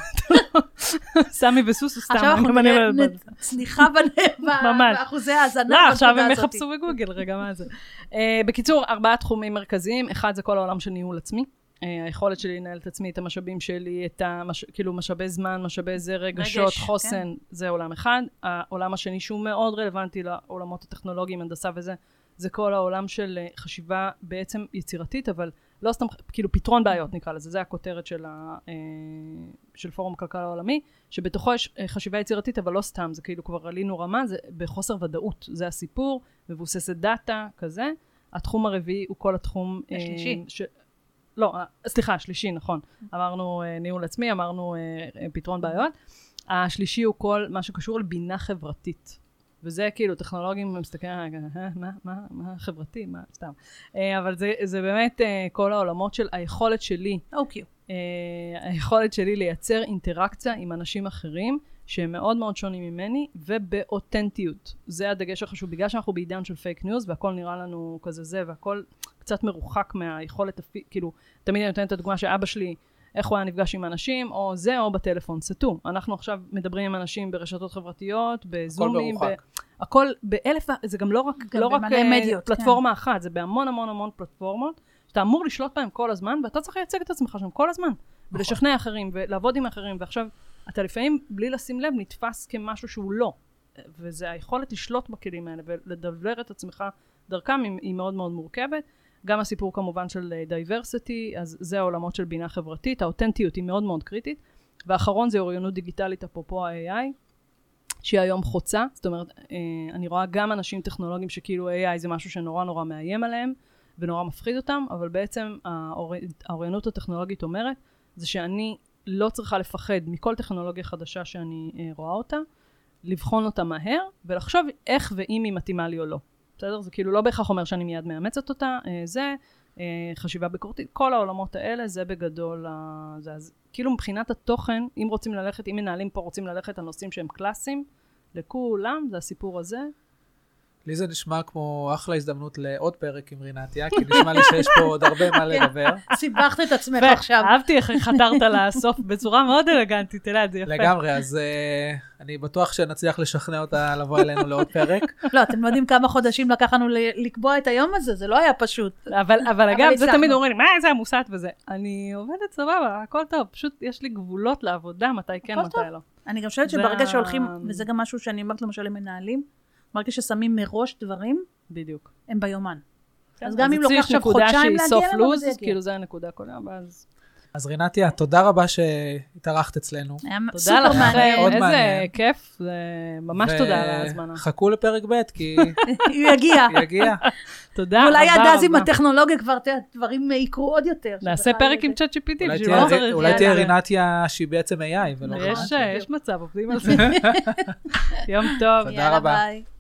סמי וסוסו סתם. עכשיו אנחנו צניחה באחוזי ההזנה. לא, עכשיו הם יחפשו בגוגל, רגע, מה זה? בקיצור, 4 תחומים מרכזיים. אחד זה כל העולם של ניהול עצמי. היכולת שלי לנהל את עצמי, את המשאבים שלי, את כאילו משאבי זמן, משאבי זה, רגשות, חוסן, זה עולם אחד. העולם השני שהוא מאוד רלוונטי לעולמות הטכנולוגיים, הנדסה וזה, זה כל העולם של חשיבה בעצם יצירתית, אבל לא סתם, כאילו פתרון בעיות נקרא לזה, זה הכותרת של פורום הכלכלה העולמי, שבתוכו יש חשיבה יצירתית, אבל לא סתם, זה כאילו כבר עלינו רמה, זה בחוסר ודאות, זה הסיפור, מבוססת דאטה, כזה. התחום הרביעי הוא כל התחום... השלישי. לא, סליחה, השלישי, נכון. אמרנו ניהול עצמי, אמרנו פתרון בעיות. השלישי הוא כל מה שקשור לבינה חברתית. וזה כאילו, טכנולוגים מסתכלים, מה חברתי? מה? סתם. אבל זה באמת כל העולמות של היכולת שלי. אוקיי. היכולת שלי לייצר אינטראקציה עם אנשים אחרים, שהם מאוד מאוד שונים ממני, ובאותנטיות. זה הדגש החשוב. בגלל שאנחנו בעידן של פייק ניוז, והכל נראה לנו כזה זה, והכל קצת מרוחק מהיכולת, כאילו, תמיד אני נותנת את הדוגמה שאבא שלי, איך הוא היה נפגש עם אנשים, או זה, או בטלפון, סתו. אנחנו עכשיו מדברים עם אנשים ברשתות חברתיות, בזומים, הכל באלף, זה גם לא רק פלטפורמה אחת, זה בהמון המון המון פלטפורמות, שאתה אמור לשלוט בהם כל הזמן, ואתה צריך לייצג את עצמך שם כל הזמן, ולשכנע אחרים, ולעבוד עם אחרים, ועכשיו, אתה לפעמים, בלי לשים לב, נתפס כמשהו שהוא לא. וזה היכולת לשלוט בכלים האלה, ולדבר את עצמך דרכם, היא מאוד מאוד מורכבת. גם הסיפור כמובן של diversity, אז זה העולמות של בינה חברתית, האותנטיות היא מאוד מאוד קריטית, והאחרון זה אוריינות דיגיטלית, אפרופו ה-AI, שהיא היום חוצה, זאת אומרת, אני רואה גם אנשים טכנולוגיים שכאילו AI זה משהו שנורא נורא מאיים עליהם, ונורא מפחיד אותם, אבל בעצם האוריינות הטכנולוגית אומרת, זה שאני לא צריכה לפחד מכל טכנולוגיה חדשה שאני רואה אותה, לבחון אותה מהר, ולחשוב איך ואם היא מתאימה לי או לא. בסדר? זה כאילו לא בהכרח אומר שאני מיד מאמצת אותה, זה חשיבה ביקורתית, כל העולמות האלה זה בגדול, אז כאילו מבחינת התוכן, אם רוצים ללכת, אם מנהלים פה רוצים ללכת על נושאים שהם קלאסיים, לכולם, זה הסיפור הזה. לי זה נשמע כמו אחלה הזדמנות לעוד פרק עם רינתיה, כי נשמע לי שיש פה עוד הרבה מה לדבר. סיבכת את עצמך עכשיו. אהבתי איך חתרת לסוף בצורה מאוד אלגנטית, אלא זה יפה. לגמרי, אז אני בטוח שנצליח לשכנע אותה לבוא אלינו לעוד פרק. לא, אתם לא יודעים כמה חודשים לקח לנו לקבוע את היום הזה, זה לא היה פשוט. אבל אגב, זה תמיד אומרים לי, מה זה המוסת וזה? אני עובדת סבבה, הכל טוב, פשוט יש לי גבולות לעבודה, מתי כן, מתי לא. אני גם חושבת שברגע שהולכים, וזה גם משהו שאני אומרת למשל למנהלים, ברגע ששמים מראש דברים, בדיוק. הם ביומן. אז גם אם לוקח עכשיו חודשיים להגיע לנו, זה יגיע. כאילו זה הנקודה קולה, אז רינתיה, תודה רבה שהתארחת אצלנו. היה סופר מעניין. איזה כיף, ממש תודה על ההזמנה. חכו לפרק ב' כי... הוא יגיע. תודה רבה. אולי עד אז עם הטכנולוגיה כבר דברים יקרו עוד יותר. נעשה פרק עם ChatGPT. אולי תהיה רינתיה שהיא בעצם AI. יש מצב, עובדים על זה. יום טוב. תודה רבה.